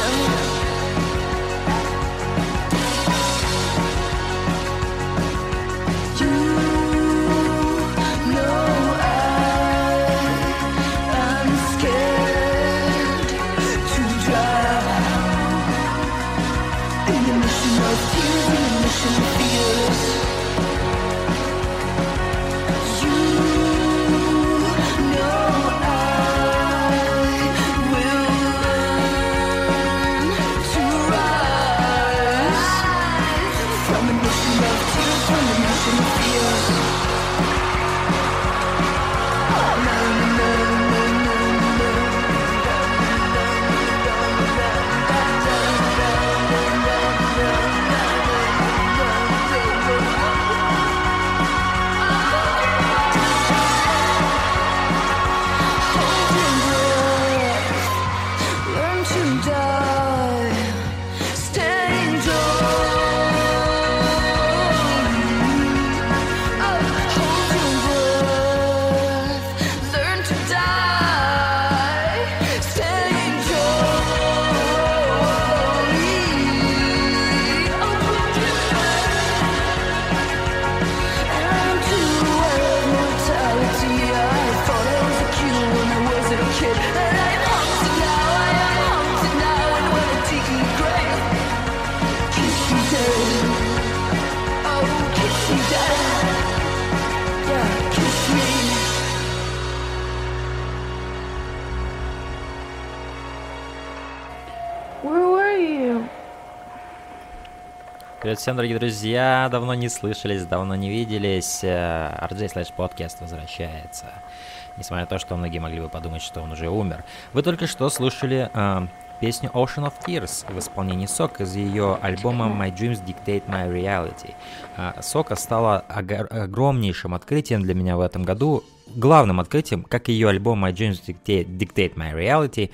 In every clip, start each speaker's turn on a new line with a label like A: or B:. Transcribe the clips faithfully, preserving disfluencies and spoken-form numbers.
A: Привет всем, дорогие друзья, давно не слышались, давно не виделись. ар джей Slash Podcast возвращается. Несмотря на то, что многие могли бы подумать, что он уже умер. Вы только что слушали э, песню Ocean of Tears в исполнении Сока из ее альбома My Dreams Dictate My Reality. Э, Сока стала ог- огромнейшим открытием для меня в этом году. Главным открытием, как и ее альбом My Dreams Dictate, Dictate My Reality.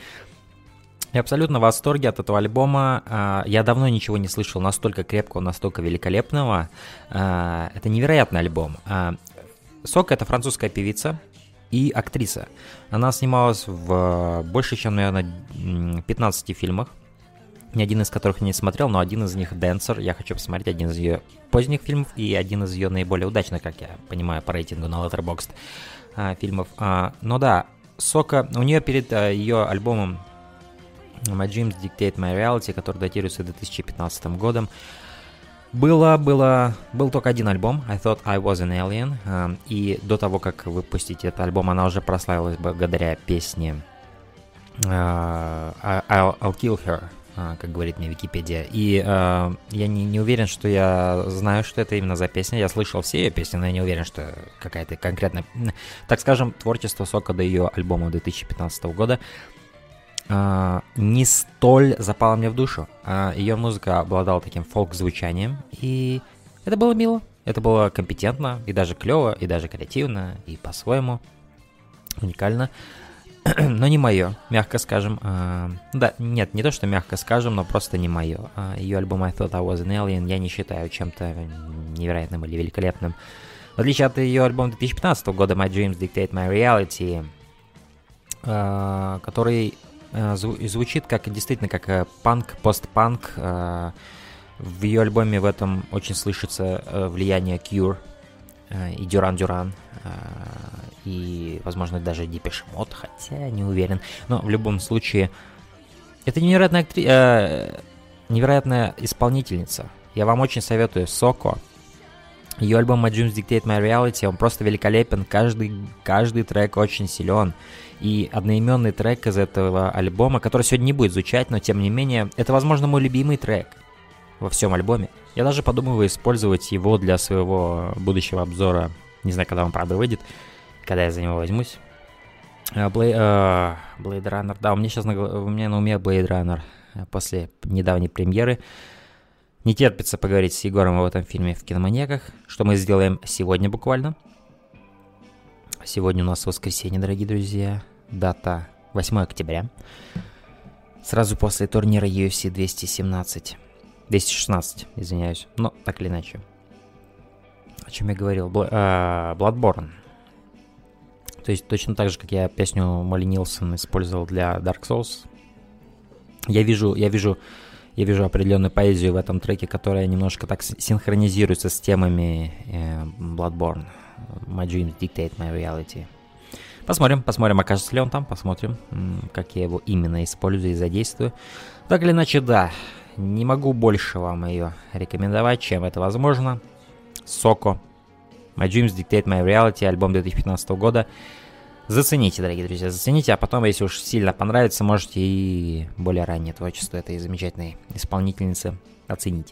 A: Я абсолютно в восторге от этого альбома. Я давно ничего не слышал настолько крепкого, настолько великолепного. Это невероятный альбом. Сока — это французская певица и актриса. Она снималась в больше, чем, наверное, пятнадцати фильмах, ни один из которых я не смотрел, но один из них «Dancer». Я хочу посмотреть один из ее поздних фильмов и один из ее наиболее удачных, как я понимаю, по рейтингу на Letterboxd фильмов. Но да, Сока, у нее перед ее альбомом My Dreams Dictate My Reality, который датируется две тысячи пятнадцатым годом, было, было, был только один альбом, I Thought I Was an Alien, э, и до того, как выпустить этот альбом, она уже прославилась благодаря песне э, I'll, I'll Kill Her, э, как говорит мне Википедия, и э, я не, не уверен, что я знаю, что это именно за песня, я слышал все ее песни, но я не уверен, что какая-то конкретная, так скажем, творчество Сока до ее альбома две тысячи пятнадцатого года Uh, не столь запала мне в душу. Uh, ее музыка обладала таким фолк-звучанием, и это было мило, это было компетентно, и даже клево, и даже креативно, и по-своему уникально, но не мое, мягко скажем. Uh, да, нет, не то, что мягко скажем, но просто не мое. Uh, ее альбом I Thought I Was an Alien я не считаю чем-то невероятным или великолепным. В отличие от ее альбома две тысячи пятнадцатого года My Dreams Dictate My Reality, uh, который звучит как действительно как панк, постпанк. В ее альбоме в этом очень слышится влияние Cure и Duran Duran, и, возможно, даже Depeche Mode, хотя не уверен. Но в любом случае, это невероятная, актри... невероятная исполнительница. Я вам очень советую Соко. Ее альбом My Dreams Dictate My Reality, он просто великолепен, каждый, каждый трек очень силен. И одноименный трек из этого альбома, который сегодня не будет звучать, но тем не менее, это, возможно, мой любимый трек во всем альбоме. Я даже подумываю использовать его для своего будущего обзора. Не знаю, когда он, правда, выйдет, когда я за него возьмусь. Blade, uh, Blade Runner, да, у меня сейчас на, у меня на уме Blade Runner после недавней премьеры. Не терпится поговорить с Егором об этом фильме в «Киноманьяках», что мы сделаем сегодня буквально. Сегодня у нас воскресенье, дорогие друзья, дата восьмого октября, сразу после турнира ю эф си двести семнадцать, двести шестнадцать, извиняюсь, но так или иначе. О чем я говорил? Бл- а, Bloodborne. То есть точно так же, как я песню Молли Нилсон использовал для Dark Souls, Я вижу, я вижу, я вижу определенную поэзию в этом треке, которая немножко так синхронизируется с темами э, Bloodborne. My dreams dictate my reality. Посмотрим, посмотрим, окажется ли он там, посмотрим, как я его именно использую и задействую. Так или иначе, да, не могу больше вам ее рекомендовать, чем это возможно. Соко. My dreams dictate my reality, альбом две тысячи пятнадцатого года. Зацените, дорогие друзья, зацените, а потом, если уж сильно понравится, можете и более раннее творчество этой замечательной исполнительницы оценить.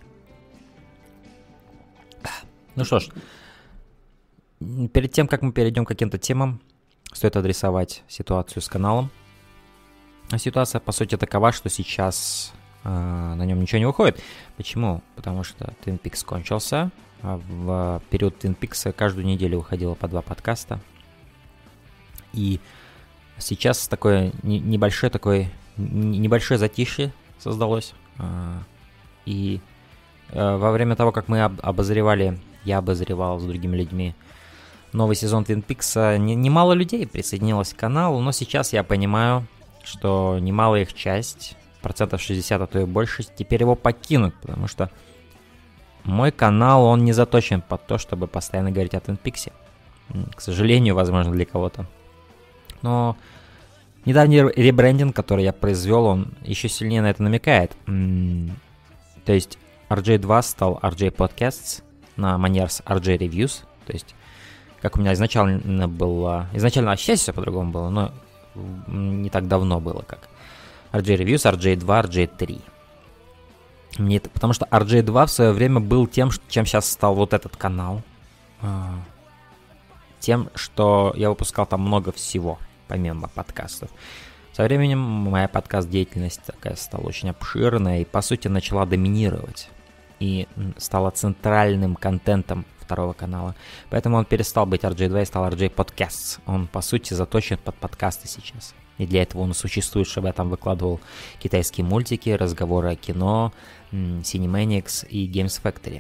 A: Ну что ж, перед тем, как мы перейдем к каким-то темам, стоит адресовать ситуацию с каналом. А ситуация, по сути, такова, что сейчас э, на нем ничего не выходит. Почему? Потому что Twin Peaks кончился. А в период Twin Peaks каждую неделю выходило по два подкаста. И сейчас такое небольшое, такое небольшое затишье создалось. И во время того, как мы обозревали, я обозревал с другими людьми новый сезон Twin Peaks, немало людей присоединилось к каналу, но сейчас я понимаю, что немалая их часть, процентов шестьдесят, а то и больше, теперь его покинут, потому что мой канал, он не заточен под то, чтобы постоянно говорить о Twin Peaks. К сожалению, возможно, для кого-то. Но недавний ребрендинг, который я произвел, он еще сильнее на это намекает. То есть ар джей два стал ар джей Podcasts на манер с ар джей Reviews. То есть, как у меня изначально было... Изначально вообще все по-другому было, но не так давно было, как ар джей Reviews, ар джей два, ар джей три. Мне это, потому что ар джей два в свое время был тем, чем сейчас стал вот этот канал. Тем, что я выпускал там много всего, помимо подкастов. Со временем моя подкаст-деятельность такая стала очень обширная и, по сути, начала доминировать. И стала центральным контентом второго канала. Поэтому он перестал быть ар джей два и стал ар джей Podcasts. Он, по сути, заточен под подкасты сейчас. И для этого он существует, чтобы я там выкладывал китайские мультики, разговоры о кино, Cinemaniacs и Games Factory.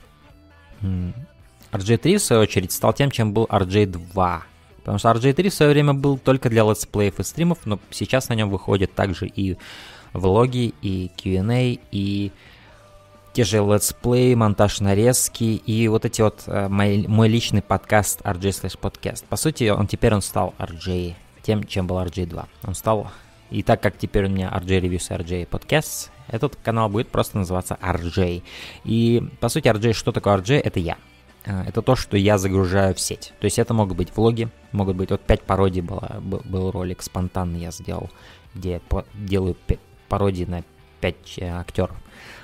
A: ар джей три, в свою очередь, стал тем, чем был ар джей два. Потому что ар джей три в свое время был только для летсплеев и стримов, но сейчас на нем выходят также и влоги, и кью энд эй, и те же летсплеи, монтаж нарезки, и вот эти вот э, мой, мой личный подкаст ар джей слэш Podcast. По сути, он теперь он стал ар джей, тем, чем был ар джей два. Он стал... И так как теперь у меня ар джей Reviews и ар джей Podcasts, этот канал будет просто называться ар джей. И, по сути, ар джей, что такое ар джей? Это я. Это то, что я загружаю в сеть. То есть это могут быть влоги, могут быть... Вот пять пародий было, был, был ролик спонтанный я сделал, где я по, делаю пять пародий на пять э, актеров.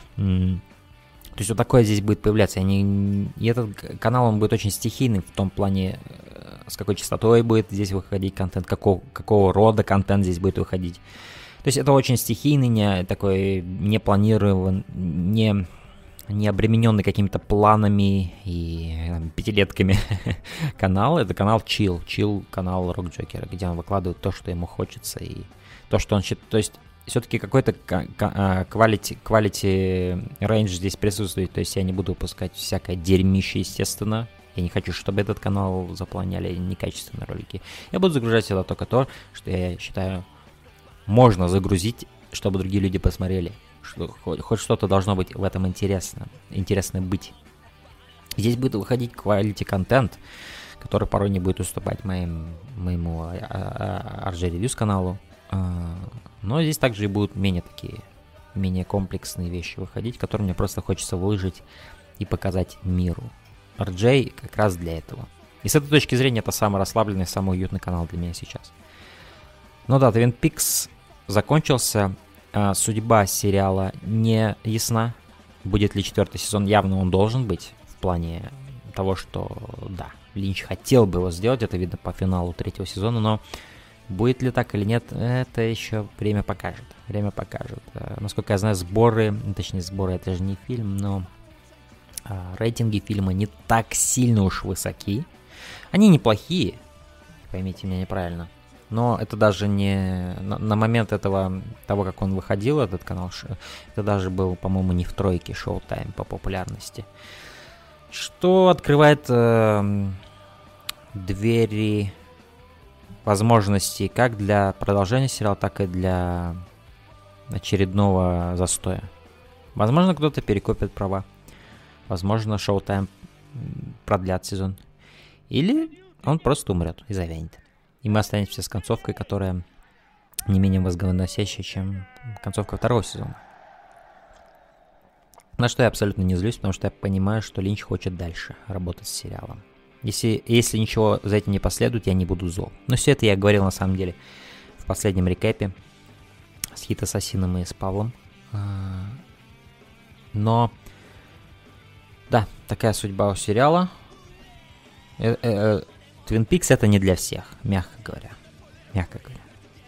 A: То есть вот такое здесь будет появляться. Не... И этот канал, он будет очень стихийным в том плане, с какой частотой будет здесь выходить контент, какого, какого рода контент здесь будет выходить. То есть это очень стихийный, не, такой не планированный, не, не обремененный какими-то планами и там, пятилетками канал. Это канал Chill, Chill канал Rock Joker, где он выкладывает то, что ему хочется, и то, что он считает. То есть все-таки какой-то quality, quality range здесь присутствует, то есть я не буду выпускать всякое дерьмище, естественно. Я не хочу, чтобы этот канал заполняли некачественные ролики. Я буду загружать сюда только то, что я считаю можно загрузить, чтобы другие люди посмотрели. Что, хоть, хоть что-то должно быть в этом интересно, интересно быть. Здесь будет выходить quality контент, который порой не будет уступать моим, моему ар джей Reviews каналу. Но здесь также и будут менее такие, менее комплексные вещи выходить, которые мне просто хочется выложить и показать миру. ар джей как раз для этого. И с этой точки зрения это самый расслабленный, самый уютный канал для меня сейчас. Ну да, Twin Peaks закончился. Судьба сериала не ясна. Будет ли четвертый сезон? Явно он должен быть. В плане того, что да, Линч хотел бы его сделать. Это видно по финалу третьего сезона, но будет ли так или нет, это еще время покажет. Время покажет. Насколько я знаю, сборы, точнее сборы, это же не фильм, но а, рейтинги фильма не так сильно уж высоки. Они неплохие, поймите меня неправильно. Но это даже не... На, на момент этого, того, как он выходил, этот канал, это даже был, по-моему, не в тройке Showtime по популярности. Что открывает э, двери возможностей как для продолжения сериала, так и для очередного застоя. Возможно, кто-то перекупит права. Возможно, Showtime продлят сезон. Или он просто умрет и завянет. И мы останемся с концовкой, которая не менее возгоносящая, чем концовка второго сезона. На что я абсолютно не злюсь, потому что я понимаю, что Линч хочет дальше работать с сериалом. Если, если ничего за этим не последует, я не буду зол. Но все это я говорил на самом деле в последнем рекэпе с Хит Ассасином и с Павлом. Но да, такая судьба у сериала. Твин Пикс это не для всех, мягко говоря. Мягко говоря.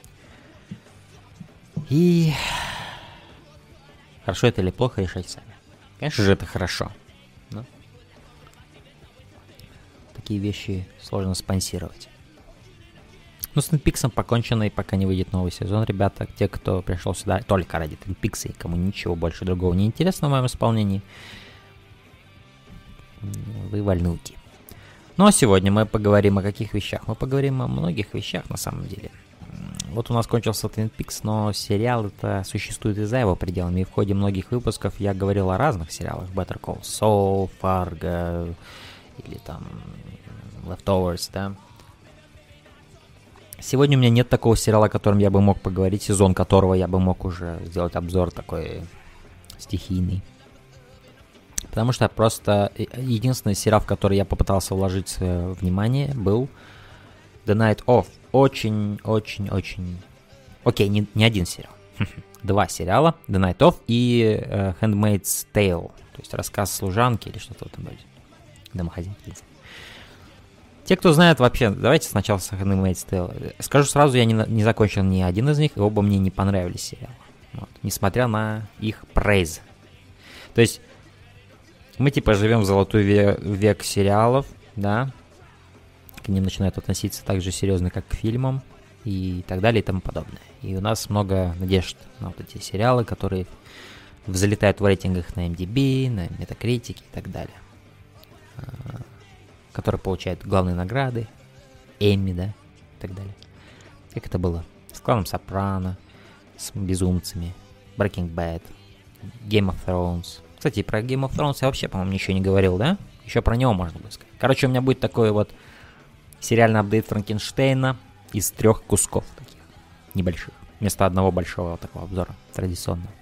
A: И хорошо это или плохо, решать сами. Конечно же, это хорошо. Но такие вещи сложно спонсировать. Ну, с Твин Пиксом покончено, и пока не выйдет новый сезон, ребята, те, кто пришел сюда только ради Твин Пикса и кому ничего больше другого не интересно в моем исполнении, вы вольны уйти. Ну, а сегодня мы поговорим о каких вещах? Мы поговорим о многих вещах, на самом деле. Вот у нас кончился Твин Пикс, но сериал это существует и за его пределами. И в ходе многих выпусков я говорил о разных сериалах. Better Call Saul, Fargo, или там Leftovers, да. Сегодня у меня нет такого сериала, о котором я бы мог поговорить, сезон которого я бы мог уже сделать обзор такой стихийный. Потому что просто единственный сериал, в который я попытался вложить свое внимание, был The Night Of. Очень-очень-очень... Окей, не, не один сериал. Два сериала. The Night Of и uh, Handmaid's Tale. То есть рассказ служанки или что-то в этом роде. Домохозяйки. Те, кто знает вообще, давайте сначала с Handmaid's Tale. Скажу сразу, я не, не закончил ни один из них, и оба мне не понравились сериалы. Вот. Несмотря на их прейз. То есть мы типа живем в золотой век, век сериалов, да, к ним начинают относиться так же серьезно, как к фильмам и так далее и тому подобное. И у нас много надежд на вот эти сериалы, которые взлетают в рейтингах на эм ди би, на Metacritic и так далее. Которые получают главные награды, Эмми, да, и так далее. Как это было с кланом Сопрано, с Безумцами, Breaking Bad, Game of Thrones. Кстати, про Game of Thrones я вообще, по-моему, ничего не говорил, да? Еще про него можно будет сказать. Короче, у меня будет такой вот сериальный апдейт Франкенштейна из трех кусков таких небольших. Вместо одного большого такого обзора традиционного.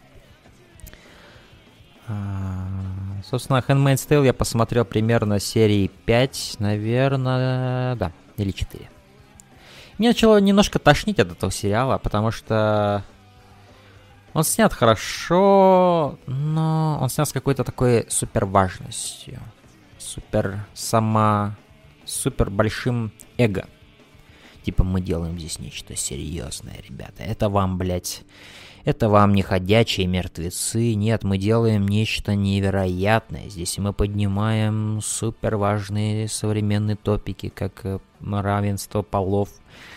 A: А, собственно, Handmaid's Tale я посмотрел примерно серии пять, наверное, да, или четыре. Мне начало немножко тошнить от этого сериала, потому что он снят хорошо, но он снят с какой-то такой супер важностью, супер сама, супер большим эго. Типа мы делаем здесь нечто серьезное, ребята. Это вам, блядь, это вам не ходячие мертвецы. Нет, мы делаем нечто невероятное. Здесь мы поднимаем супер важные современные топики, как равенство полов,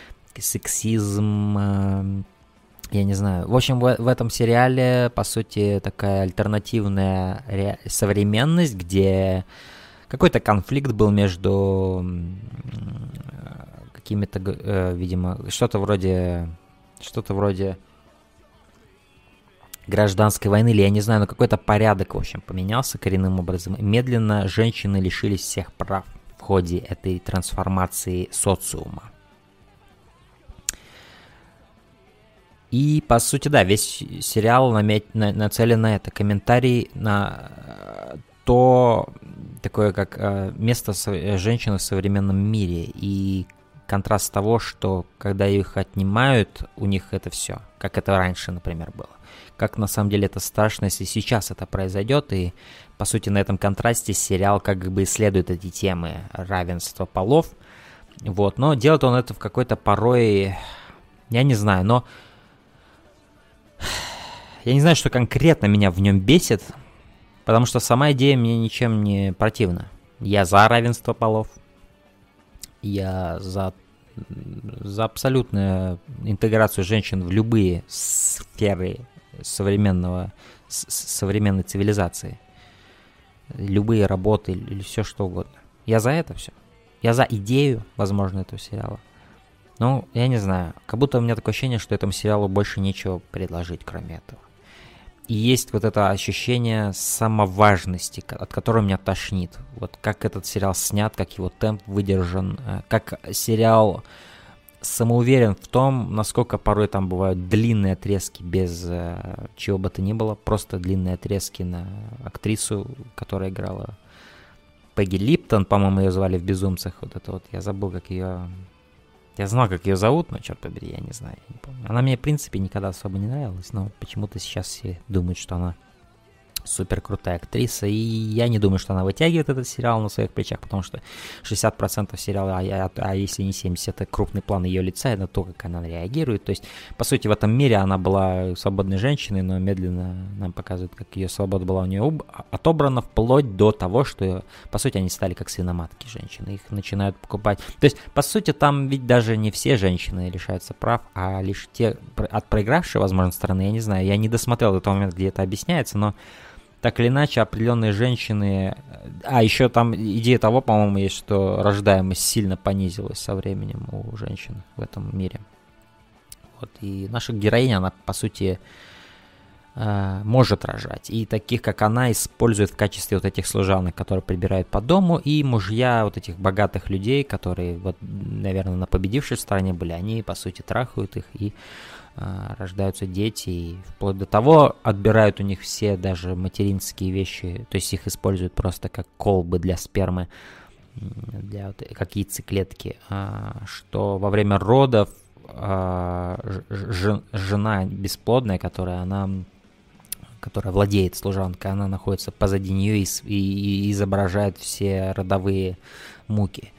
A: сексизм. Я не знаю. В общем, в, в этом сериале, по сути, такая альтернативная ре... современность, где какой-то конфликт был между какими-то, э, видимо, что-то вроде, что-то вроде гражданской войны, или я не знаю, но какой-то порядок, в общем, поменялся коренным образом. Медленно женщины лишились всех прав в ходе этой трансформации социума. И, по сути, да, весь сериал намя- на- нацелен на это. Комментарий на то, такое как э, место со- женщины в современном мире. И контраст того, что когда их отнимают, у них это все. Как это раньше, например, было. Как на самом деле это страшно, если сейчас это произойдет. И, по сути, на этом контрасте сериал как бы исследует эти темы равенства полов. Вот. Но делает он это в какой-то порой... Я не знаю, но... Я не знаю, что конкретно меня в нем бесит, потому что сама идея мне ничем не противна. Я за равенство полов. Я за, за абсолютную интеграцию женщин в любые сферы современного, современной цивилизации. Любые работы или все что угодно. Я за это все. Я за идею, возможно, этого сериала. Ну, я не знаю, как будто у меня такое ощущение, что этому сериалу больше нечего предложить, кроме этого. И есть вот это ощущение самоважности, от которого меня тошнит. Вот как этот сериал снят, как его темп выдержан, как сериал самоуверен в том, насколько порой там бывают длинные отрезки без э, чего бы то ни было, просто длинные отрезки на актрису, которая играла Пегги Липтон, по-моему, ее звали в «Безумцах», вот это вот, я забыл, как ее... Я знал, как ее зовут, но, черт побери, я не знаю, я не помню. Она мне, в принципе, никогда особо не нравилась, но почему-то сейчас все думают, что она супер крутая актриса, и я не думаю, что она вытягивает этот сериал на своих плечах, потому что шестьдесят процентов сериала, а, а, а если не семьдесят, это крупный план ее лица, это то, как она реагирует. То есть, по сути, в этом мире она была свободной женщиной, но медленно нам показывают, как ее свобода была у нее об... отобрана, вплоть до того, что, по сути, они стали как свиноматки женщины, их начинают покупать. То есть, по сути, там ведь даже не все женщины лишаются прав, а лишь те от проигравшей, возможно, стороны, я не знаю, я не досмотрел до того момента, где это объясняется, но так или иначе, определенные женщины... А, еще там идея того, по-моему, есть, что рождаемость сильно понизилась со временем у женщин в этом мире. Вот, и наша героиня, она, по сути, э, может рожать. И таких, как она, использует в качестве вот этих служанок, которые прибирают по дому, и мужья вот этих богатых людей, которые, вот, наверное, на победившей стороне были, они, по сути, трахают их и... рождаются дети, и вплоть до того отбирают у них все даже материнские вещи, то есть их используют просто как колбы для спермы, для вот, как яйцеклетки, что во время родов жена бесплодная, которая она которая владеет служанкой, она находится позади нее и, и, и изображает все родовые муки.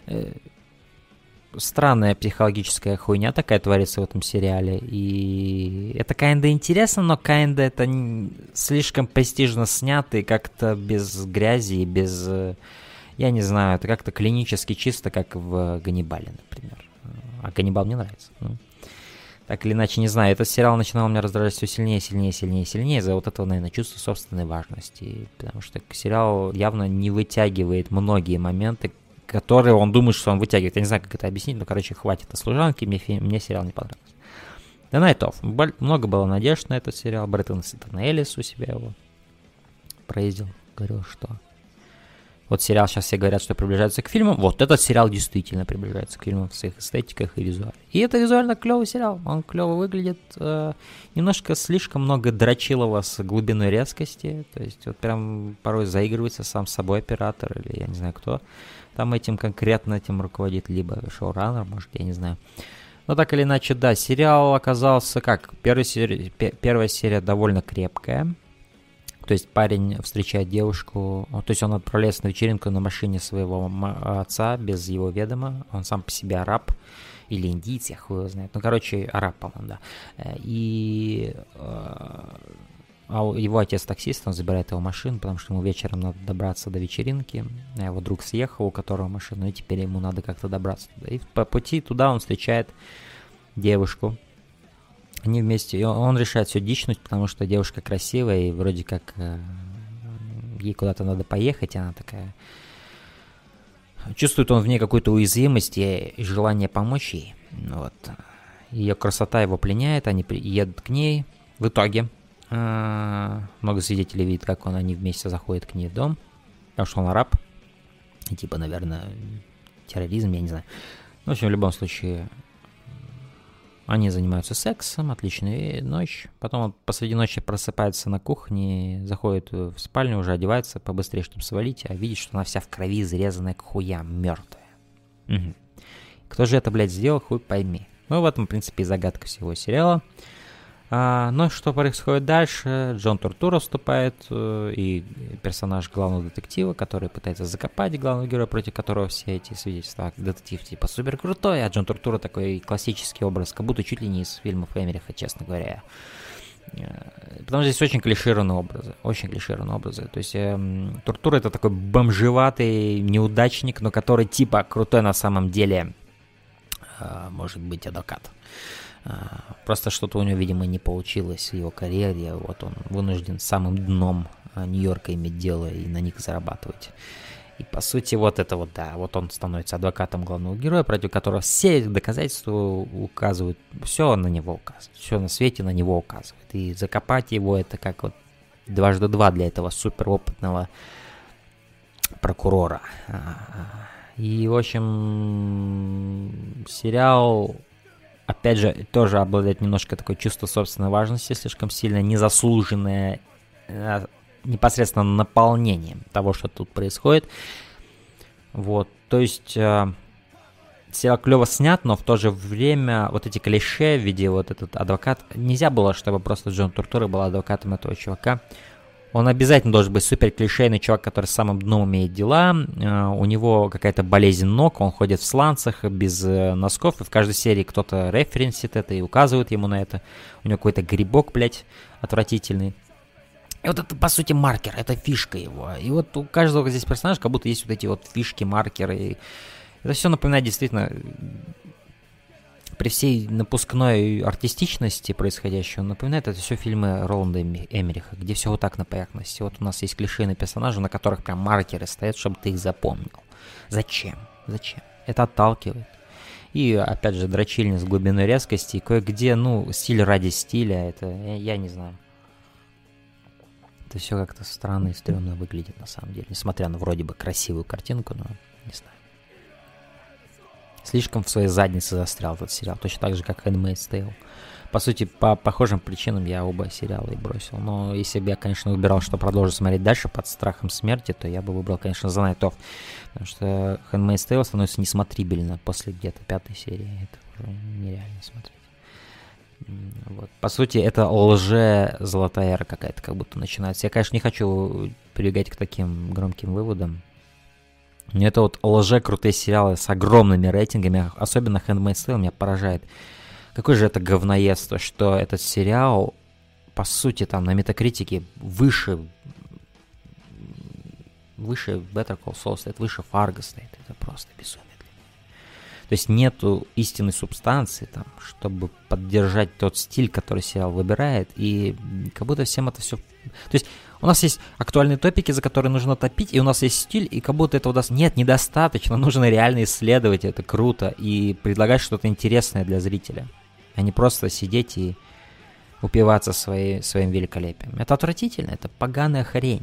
A: Странная психологическая хуйня такая творится в этом сериале, и это kinda интересно, но kinda это слишком престижно снято и как-то без грязи, без, я не знаю, это как-то клинически чисто, как в «Ганнибале», например. А «Ганнибал» мне нравится. Ну, так или иначе, не знаю, этот сериал начинал меня раздражать все сильнее, сильнее, сильнее, сильнее из-за вот этого, наверное, чувства собственной важности, потому что сериал явно не вытягивает многие моменты, которые он думает, что он вытягивает. Я не знаю, как это объяснить, но, короче, хватит о служанке, мне, мне сериал не понравился. The Night Of. Много было надежд на этот сериал. Брэд Эстон Эллис у себя его проездил. Говорил, что... Вот сериал, сейчас все говорят, что приближается к фильмам. Вот этот сериал действительно приближается к фильмам в своих эстетиках и визуале. И это визуально клевый сериал. Он клево выглядит. Э, немножко слишком много дрочилова с глубиной резкости. То есть вот прям порой заигрывается сам с собой оператор или я не знаю кто. Там этим конкретно этим руководит либо шоураннер, может, я не знаю. Но так или иначе, да, сериал оказался как? Первая серия, первая серия довольно крепкая. То есть парень встречает девушку, то есть он отправляется на вечеринку на машине своего отца без его ведома. Он сам по себе араб или индийец, я хуй его знает. Ну, короче, араб, по-моему, да. И... А его отец таксист, он забирает его машину, потому что ему вечером надо добраться до вечеринки. А его друг съехал, у которого машина, и теперь ему надо как-то добраться туда. И по пути туда он встречает девушку. Они вместе, и он решает все дичнуть, потому что девушка красивая, и вроде как э, ей куда-то надо поехать, и она такая... Чувствует он в ней какую-то уязвимость и, и желание помочь ей. Вот. Ее красота его пленяет, они при... едут к ней. В итоге... Много свидетелей видят, как он, они вместе заходят к ней в дом, потому что он араб, и типа, наверное, терроризм, я не знаю. В общем, в любом случае, они занимаются сексом, отличная ночь. Потом он посреди ночи просыпается на кухне, заходит в спальню, уже одевается побыстрее, чтобы свалить, а видит, что она вся в крови, зарезанная к хуям, мертвая. Угу. Кто же это, блядь, сделал, хуй пойми. Ну, в этом, в принципе, и загадка всего сериала. А, но что происходит дальше? Джон Туртура вступает, э, и персонаж главного детектива, который пытается закопать главного героя, против которого все эти свидетельства. Детектив типа супер крутой, а Джон Туртура такой классический образ, как будто чуть ли не из фильмов Эмериха, честно говоря. Потому что здесь очень клишированные образы, очень клишированные образы. То есть э, Туртура это такой бомжеватый неудачник, но который типа крутой на самом деле, э, может быть, адвокат. Просто что-то у него, видимо, не получилось в его карьере. Вот он вынужден с самым дном Нью-Йорка иметь дело и на них зарабатывать. И, по сути, вот это вот, да, вот он становится адвокатом главного героя, против которого все доказательства указывают, все на него указывает, все на свете на него указывает. И закопать его это как вот дважды два для этого суперопытного прокурора. И, в общем, сериал, опять же, тоже обладает немножко такое чувство собственной важности, слишком сильно незаслуженное, непосредственно наполнением того, что тут происходит. Вот, то есть э, сериал клево снят, но в то же время вот эти клише в виде вот этот адвокат, нельзя было, чтобы просто Джон Туртура был адвокатом этого чувака. Он обязательно должен быть супер клишейный чувак, который самым дном умеет дела. Э, у него какая-то болезнь ног, он ходит в сланцах без э, носков, и в каждой серии кто-то референсит это и указывает ему на это. У него какой-то грибок, блядь, отвратительный. И вот это, по сути, маркер, это фишка его. И вот у каждого здесь персонажа как будто есть вот эти вот фишки, маркеры. И это все напоминает действительно, при всей напускной артистичности происходящего, напоминает это все фильмы Роланда Эммериха, где все вот так на поверхности. Вот у нас есть клишейные персонажи, на которых прям маркеры стоят, чтобы ты их запомнил. Зачем? Зачем? Это отталкивает. И, опять же, дрочильня с глубиной резкости. И кое-где, ну, стиль ради стиля, это, я, я не знаю. Это все как-то странно и стрёмно выглядит на самом деле. Несмотря на вроде бы красивую картинку, но не знаю. Слишком в своей заднице застрял этот сериал. Точно так же, как Handmaid's Tale. По сути, по похожим причинам я оба сериала и бросил. Но если бы я, конечно, выбирал, что продолжить смотреть дальше под страхом смерти, то я бы выбрал, конечно, The Night Of. Потому что Handmaid's Tale становится несмотрибельно после где-то пятой серии. Это уже нереально смотреть. Вот. По сути, это лже-золотая эра какая-то как будто начинается. Я, конечно, не хочу прибегать к таким громким выводам. Но это вот лже-крутые сериалы с огромными рейтингами. Особенно Handmaid's Tale меня поражает. Какое же это говноедство, что этот сериал, по сути, там на метакритике выше выше Better Call Saul стоит, выше Fargo стоит. Это просто безумие. То есть нету истинной субстанции, там, чтобы поддержать тот стиль, который сериал выбирает, и как будто всем это все... То есть у нас есть актуальные топики, за которые нужно топить, и у нас есть стиль, и как будто этого даст... Нет, недостаточно, нужно реально исследовать это круто и предлагать что-то интересное для зрителя, а не просто сидеть и упиваться своей, своим великолепием. Это отвратительно, это поганая хрень.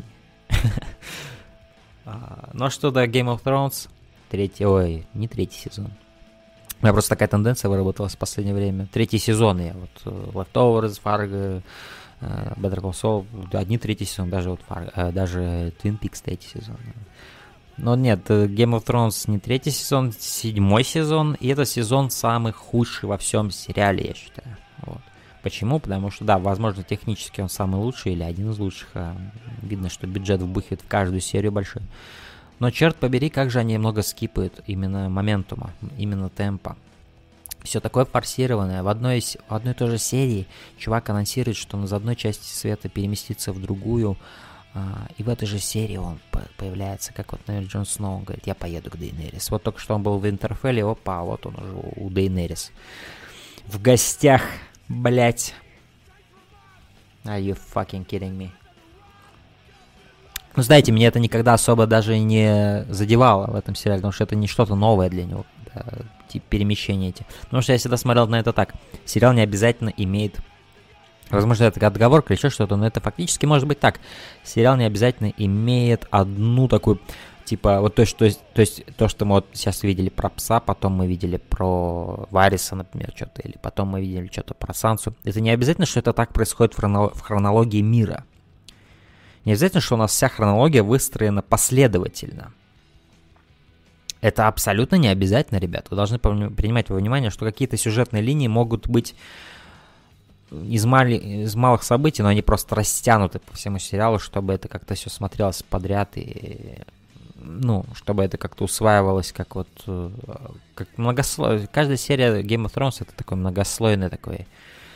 A: Ну а что до Game of Thrones? Третий, ой, не третий сезон. У меня просто такая тенденция выработалась в последнее время. Третий сезон я вот Leftovers, Fargo, Better Call Saul, одни третий сезон, даже вот Fargo, даже Twin Peaks третий сезон. Но нет, Game of Thrones не третий сезон, седьмой сезон, и этот сезон самый худший во всем сериале, я считаю. Вот. Почему? Потому что, да, возможно, технически он самый лучший или один из лучших. А видно, что бюджет вбухивает в каждую серию большой. Но, черт побери, как же они много скипают именно моментума, именно темпа. Все такое форсированное. В одной, в одной и той же серии чувак анонсирует, что он из одной части света переместится в другую. А, и в этой же серии он появляется, как вот, наверное, Джон Сноу. Он говорит, я поеду к Дейнерис. Вот только что он был в Винтерфелле, опа, вот он уже у Дейнерис. В гостях, блять. Are you fucking kidding me? Ну, знаете, меня это никогда особо даже не задевало в этом сериале, потому что это не что-то новое для него, да, типа перемещения эти. Потому что я всегда смотрел на это так. Сериал не обязательно имеет... Возможно, это отговорка или еще что-то, но это фактически может быть так. Сериал не обязательно имеет одну такую... Типа, вот то, что, то есть то, что мы вот сейчас видели про пса, потом мы видели про Вариса, например, что-то, или потом мы видели что-то про Сансу. Это не обязательно, что это так происходит в, хроно... в хронологии мира. Не обязательно, что у нас вся хронология выстроена последовательно. Это абсолютно не обязательно, ребят. Вы должны принимать во внимание, что какие-то сюжетные линии могут быть из, мали... из малых событий, но они просто растянуты по всему сериалу, чтобы это как-то все смотрелось подряд и... Ну, чтобы это как-то усваивалось, как вот... Как многослой... Каждая серия Game of Thrones — это такой многослойный такой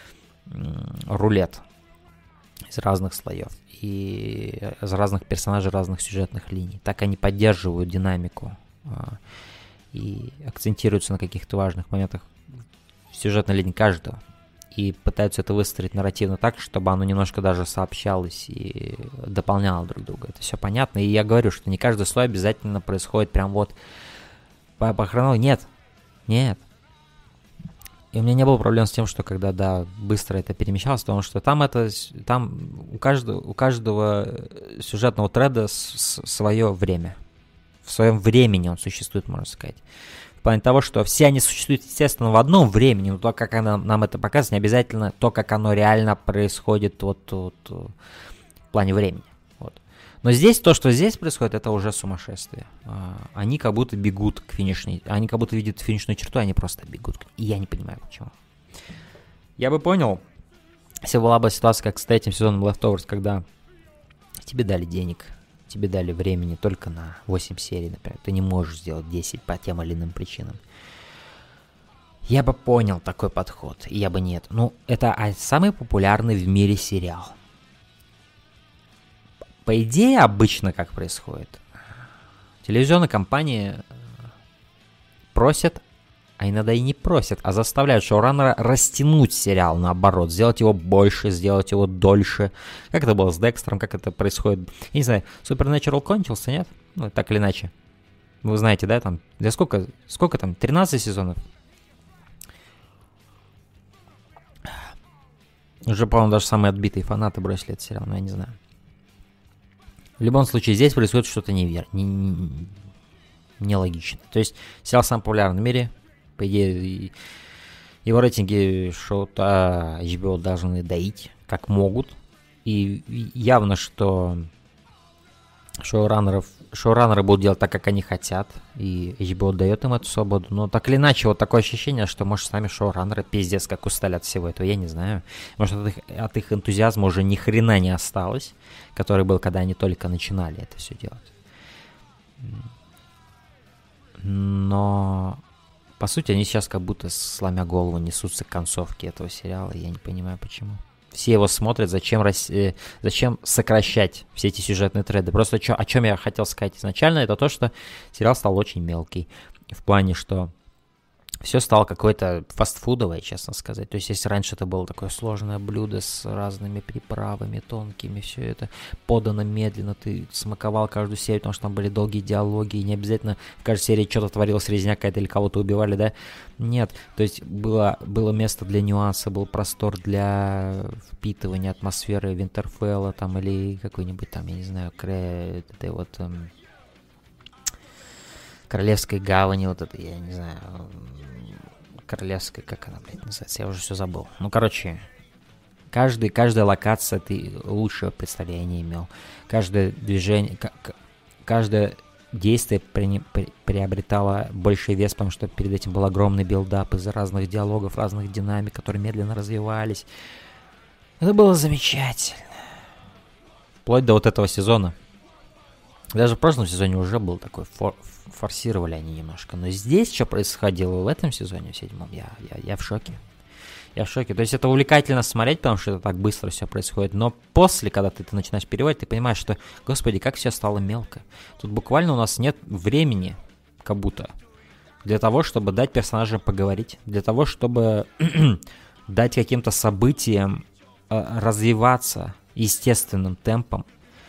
A: рулет из разных слоев. И из разных персонажей, разных сюжетных линий. Так они поддерживают динамику а, и акцентируются на каких-то важных моментах в сюжетной линии каждого. и пытаются это выстроить нарративно так, чтобы оно немножко даже сообщалось и дополняло друг друга. Это все понятно. И я говорю, что не каждый слой обязательно происходит прям вот по, по хронологии. Нет. Нет. И у меня не было проблем с тем, что когда, да, быстро это перемещалось, потому что там это, там у каждого, у каждого сюжетного треда с, с, свое время. В своем времени он существует, можно сказать. В плане того, что все они существуют, естественно, в одном времени, но то, как она, нам это показывает, не обязательно то, как оно реально происходит вот, вот, в плане времени. Вот. Но здесь, то, что здесь происходит, это уже сумасшествие. Они как будто бегут к финишной, они как будто видят финишную черту, они просто бегут. И я не понимаю, почему. Я бы понял, если была бы ситуация, как с третьим сезоном Leftovers, когда тебе дали денег, тебе дали времени только на восемь серий, например. Ты не можешь сделать десять по тем или иным причинам. Я бы понял такой подход, и я бы нет. Ну, это самый популярный в мире сериал. По идее, обычно как происходит? Телевизионные компании просят, а иногда и не просят, а заставляют шоураннера растянуть сериал, наоборот, сделать его больше, сделать его дольше. Как это было с Декстером, как это происходит? Я не знаю, Supernatural кончился, нет? Ну, так или иначе. Вы знаете, да, там, для сколько, сколько там, тринадцать сезонов? Уже, по-моему, даже самые отбитые фанаты бросили этот сериал, но я не знаю. В любом случае, здесь происходит что-то невер... не... не... нелогично. То есть, сериал самый популярный в мире. По идее, его рейтинги шоу-то эйч би о должны доить, как могут. И явно, что шоураннеров, шоураннеры будут делать так, как они хотят. И эйч би о дает им эту свободу. Но так или иначе, вот такое ощущение, что, может, сами шоураннеры пиздец как устали от всего этого. Я не знаю. Может, от их, от их энтузиазма уже ни хрена не осталось, который был, когда они только начинали это все делать. Но... По сути, они сейчас как будто, сломя голову, несутся к концовке этого сериала, и я не понимаю, почему. Все его смотрят, зачем, рас... зачем сокращать все эти сюжетные треды. Просто чё, о чем я хотел сказать изначально, это то, что сериал стал очень мелкий. В плане, что все стало какое-то фастфудовое, честно сказать. То есть, если раньше это было такое сложное блюдо с разными приправами тонкими, все это подано медленно, ты смаковал каждую серию, потому что там были долгие диалоги, и не обязательно в каждой серии что-то творилось, резня какая-то или кого-то убивали, да? Нет, то есть было, было место для нюанса, был простор для впитывания атмосферы Винтерфелла, там, или какой-нибудь там, я не знаю, кре... этой вот... Эм... Королевской гавани, вот это, я не знаю, королевская, как она, блядь, называется, я уже все забыл. Ну, короче, каждый, каждая локация ты лучшее представление имел. Каждое движение, каждое действие при, при, приобретало больший вес, потому что перед этим был огромный билдап из разных диалогов, разных динамик, которые медленно развивались. Это было замечательно. Вплоть до вот этого сезона. Даже в прошлом сезоне уже был такой, фор, форсировали они немножко. Но здесь, что происходило в этом сезоне, в седьмом, я, я, я в шоке. Я в шоке. То есть это увлекательно смотреть, потому что это так быстро все происходит. Но после, когда ты, ты начинаешь переводить, ты понимаешь, что, господи, как все стало мелко. Тут буквально у нас нет времени, как будто, для того, чтобы дать персонажам поговорить. Для того, чтобы дать каким-то событиям э, развиваться естественным темпом.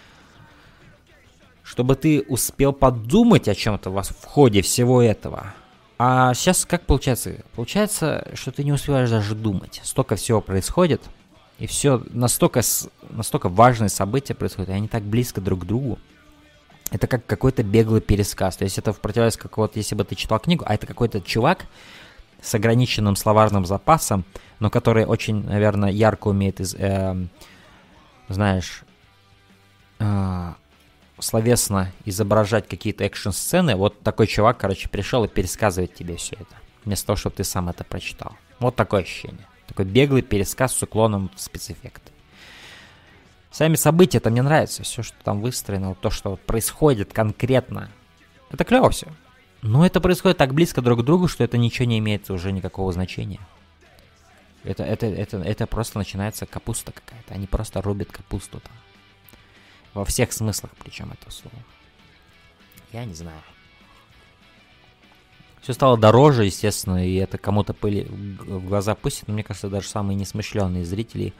A: Чтобы ты успел подумать о чем-то в ходе всего этого. А сейчас как получается? Получается, что ты не успеваешь даже думать. Столько всего происходит, и все настолько, настолько важные события происходят, и они так близко друг к другу. Это как какой-то беглый пересказ. То есть это в противовес какого-то, если бы ты читал книгу, а это какой-то чувак с ограниченным словарным запасом, но который очень, наверное, ярко умеет, из, э, знаешь... Э, словесно изображать какие-то экшн-сцены, вот такой чувак, короче, пришел и пересказывает тебе все это, вместо того, чтобы ты сам это прочитал. Вот такое ощущение. Такой беглый пересказ с уклоном в спецэффекты. Сами события, это мне нравится, все, что там выстроено, вот то, что вот происходит конкретно. Это клево все. Но это происходит так близко друг к другу, что это ничего не имеет уже никакого значения. Это, это, это, это просто начинается капуста какая-то. Они просто рубят капусту там. Во всех смыслах, причем, этого слова. Я не знаю. Все стало дороже, естественно, и это кому-то пыли в глаза пустит, но мне кажется, даже самые несмышленные зрители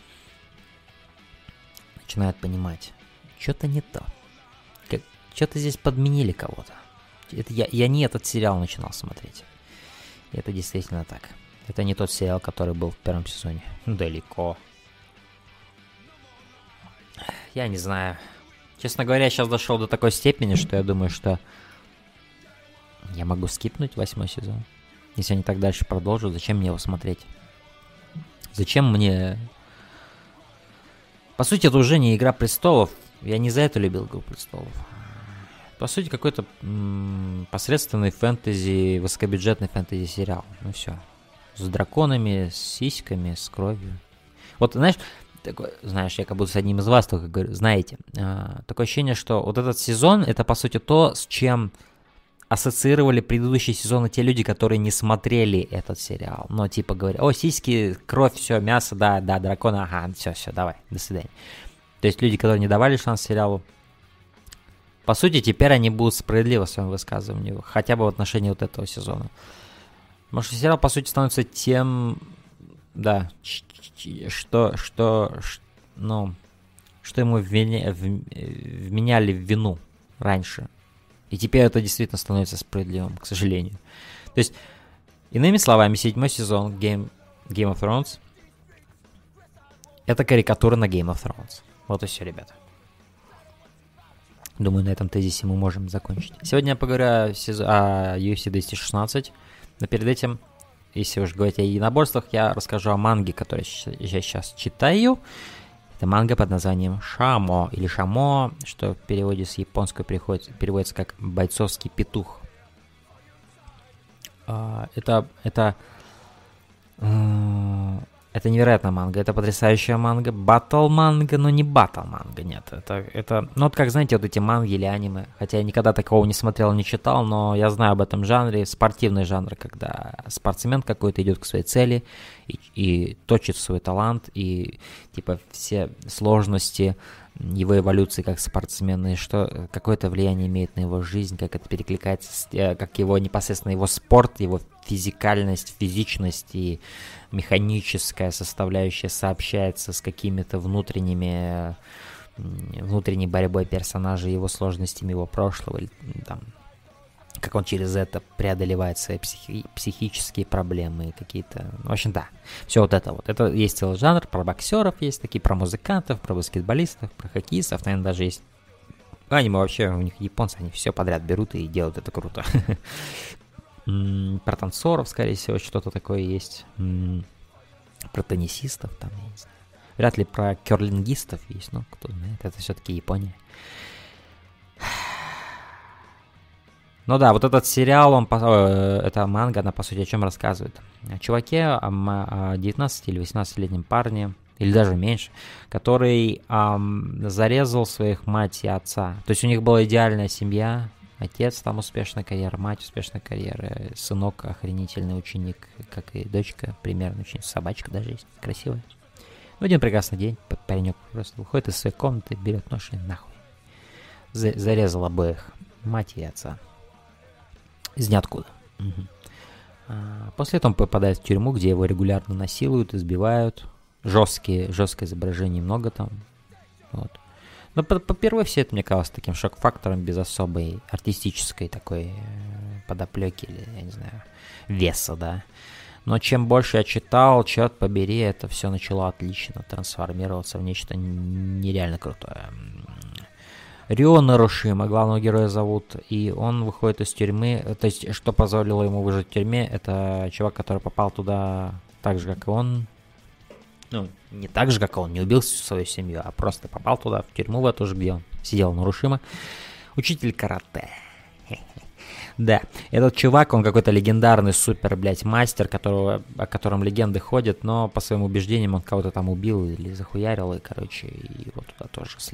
A: начинают понимать, что-то не то. Как, что-то здесь подменили кого-то. Это я, я не этот сериал начинал смотреть. И это действительно так. Это не тот сериал, который был в первом сезоне. Далеко. Я не знаю. Честно говоря, я сейчас дошел до такой степени, что я думаю, что я могу скипнуть восьмой сезон. Если они так дальше продолжат, зачем мне его смотреть? Зачем мне... По сути, это уже не «Игра престолов». Я не за это любил «Игру престолов». По сути, какой-то м- посредственный фэнтези, высокобюджетный фэнтези-сериал. Ну все. С драконами, с сиськами, с кровью. Вот, знаешь, такой, знаешь, я как будто с одним из вас только говорю, знаете, а, такое ощущение, что вот этот сезон, это, по сути, то, с чем ассоциировали предыдущие сезоны те люди, которые не смотрели этот сериал. Но типа говорят, о, сиськи, кровь, все, мясо, да, да, драконы, ага, все, все, давай, до свидания. То есть люди, которые не давали шанс сериалу, по сути, теперь они будут справедливы в своем высказывании, хотя бы в отношении вот этого сезона. Потому что сериал, по сути, становится тем, да, что, что, ну, что ему вменя, вменяли в вину раньше. И теперь это действительно становится справедливым, к сожалению. То есть, иными словами, седьмой сезон Game, Game of Thrones — это карикатура на Game of Thrones. Вот и все, ребята. Думаю, на этом тезисе мы можем закончить. Сегодня я поговорю о, сезон, о ю эф си двести шестнадцать. Но перед этим, если уж говорить о единоборствах, я расскажу о манге, которую я сейчас читаю. Это манга под названием «Шамо» или «Шамо», что в переводе с японского переходит, переводится как «бойцовский петух». Это, это, это невероятная манга, это потрясающая манга, баттл манга, но не баттл манга, нет. Это, это, ну вот как, знаете, вот эти манги или аниме, хотя я никогда такого не смотрел, не читал, но я знаю об этом жанре, спортивный жанр, когда спортсмен какой-то идет к своей цели и, и точит свой талант, и типа все сложности его эволюции как спортсмена, и что какое-то влияние имеет на его жизнь, как это перекликается, с, как его непосредственно его спорт, его физикальность, физичность и механическая составляющая сообщается с какими-то внутренними, внутренней борьбой персонажа, его сложностями его прошлого, или там, как он через это преодолевает свои психи- психические проблемы, какие-то... В общем, да, все вот это вот. Это есть целый жанр, про боксеров есть такие, про музыкантов, про баскетболистов, про хоккеистов, наверное, даже есть... Аниме вообще, у них японцы, они все подряд берут и делают это круто. Про танцоров, скорее всего, что-то такое есть. Про теннисистов, там, я не знаю. Вряд ли про керлингистов есть, но кто знает, это все-таки Япония. Ну да, вот этот сериал, он, эта манга, она, по сути, о чем рассказывает? О чуваке, о девятнадцати- или восемнадцатилетнем парне, или даже меньше, который эм, зарезал своих мать и отца. То есть у них была идеальная семья, отец там успешная карьера, мать успешная карьера, сынок охренительный ученик, как и дочка, примерно ученик, собачка даже есть, красивая. В один прекрасный день паренек просто выходит из своей комнаты, берет нож и нахуй. Зарезал обоих, мать и отца. Из ниоткуда. Угу. А после этого он попадает в тюрьму, где его регулярно насилуют, избивают. Жесткие, жесткое изображение много там. Вот. Но по, по первой все это мне казалось таким шок-фактором без особой артистической такой подоплеки или, я не знаю, веса, да. Но чем больше я читал, черт побери, это все начало отлично трансформироваться в нечто нереально крутое. Рио Нарошима, главного героя зовут, и он выходит из тюрьмы, то есть, что позволило ему выжить в тюрьме, это чувак, который попал туда так же, как и он, ну, не так же, как и он, не убил свою семью, а просто попал туда, в тюрьму в эту же, где он сидел, Нарушима, учитель карате. Да, этот чувак, он какой-то легендарный супер, блядь, мастер, которого, о котором легенды ходят, но по своим убеждениям он кого-то там убил или захуярил, и, короче, его туда тоже слили.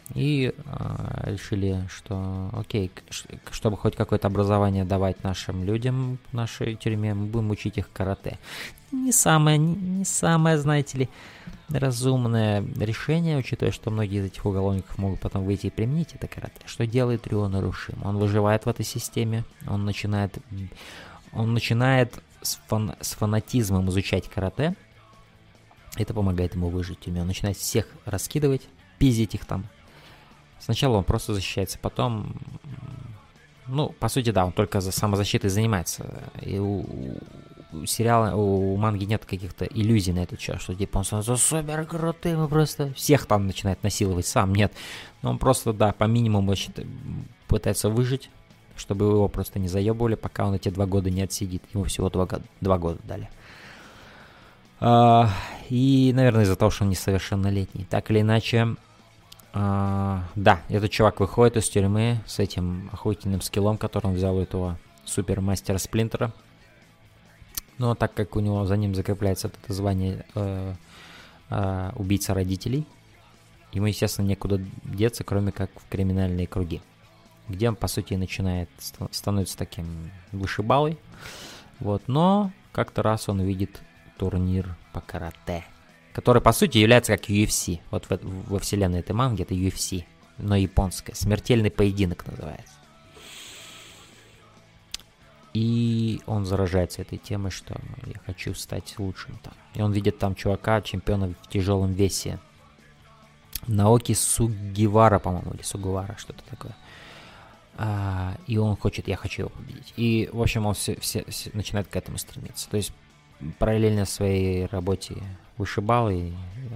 A: И э, решили, что окей, чтобы хоть какое-то образование давать нашим людям в нашей тюрьме, мы будем учить их карате. Не самое, не, не самое, знаете ли, разумное решение, учитывая, что многие из этих уголовников могут потом выйти и применить это карате. Что делает Рё Нарушим? Он выживает в этой системе, он начинает, он начинает с, фан, с фанатизмом изучать карате. Это помогает ему выжить в тюрьме. Он начинает всех раскидывать, пиздить их там. Сначала он просто защищается, потом, ну, по сути, да, он только за самозащитой занимается. И у, у сериала, у, у манги нет каких-то иллюзий на этот счет, что типа он становится супер крутым и просто всех там начинает насиловать, сам нет. Но он просто, да, по минимуму пытается выжить, чтобы его просто не заебывали, пока он эти два года не отсидит. Ему всего два, два года дали. А, и, наверное, из-за того, что он несовершеннолетний. Так или иначе... Uh, да, этот чувак выходит из тюрьмы с этим охуительным скиллом, который он взял у этого супермастера Сплинтера. Но так как у него за ним закрепляется это звание uh, uh, убийца родителей, ему, естественно, некуда деться, кроме как в криминальные круги, где он, по сути, начинает ст- становится таким вышибалой. Вот, но как-то раз он видит турнир по карате, который, по сути, является как ю эф си. Вот в, во вселенной этой манги это ю эф си, но японская. Смертельный поединок называется. И он заражается этой темой, что я хочу стать лучшим там. И он видит там чувака, чемпиона в тяжелом весе. Наоки Сугивара, по-моему, или Сугувара, что-то такое. А, и он хочет, я хочу его победить. И, в общем, он все, все, все начинает к этому стремиться. То есть, параллельно своей работе вышибалы,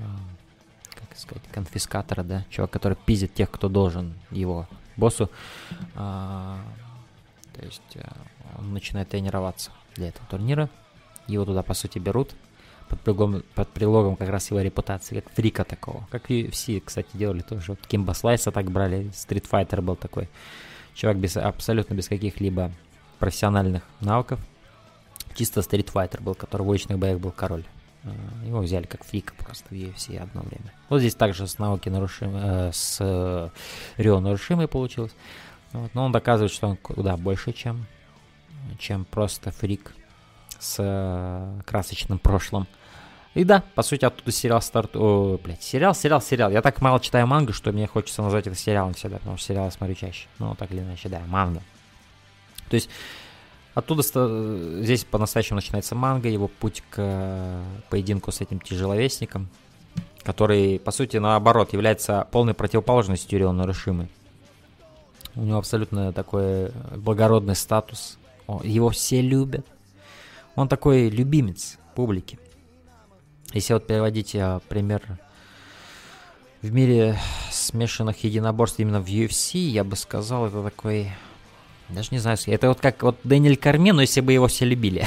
A: как сказать, конфискатора, да, чувак, который пиздит тех, кто должен его боссу. А, то есть он начинает тренироваться для этого турнира. Его туда, по сути, берут под предлогом, под предлогом как раз его репутации, как фрика такого. Как и все, кстати, делали тоже. Вот Кимба Слайса так брали, Street Fighter был такой. Чувак без, абсолютно без каких-либо профессиональных навыков. Чисто Street Fighter был, который в уличных боях был король. Его взяли как фрика просто в ю эф си одно время. Вот здесь также с Наоки нарушимой, э, с э, Рё Нарушимой получилось. Вот. Но он доказывает, что он куда больше, чем, чем просто фрик с э, красочным прошлым. И да, по сути, оттуда сериал старт... О, блядь, сериал, сериал, сериал. Я так мало читаю мангу, что мне хочется назвать это сериалом всегда, потому что сериалы смотрю чаще. Ну, так или иначе, да, манга. То есть... Оттуда здесь по-настоящему начинается манга, его путь к поединку с этим тяжеловесником, который, по сути, наоборот, является полной противоположностью Рё Нарушимы. У него абсолютно такой благородный статус, его все любят. Он такой любимец публики. Если вот переводить пример в мире смешанных единоборств именно в ю эф си, я бы сказал, это такой... Даже не знаю, это вот как вот Дэниэль Кормье, но если бы его все любили.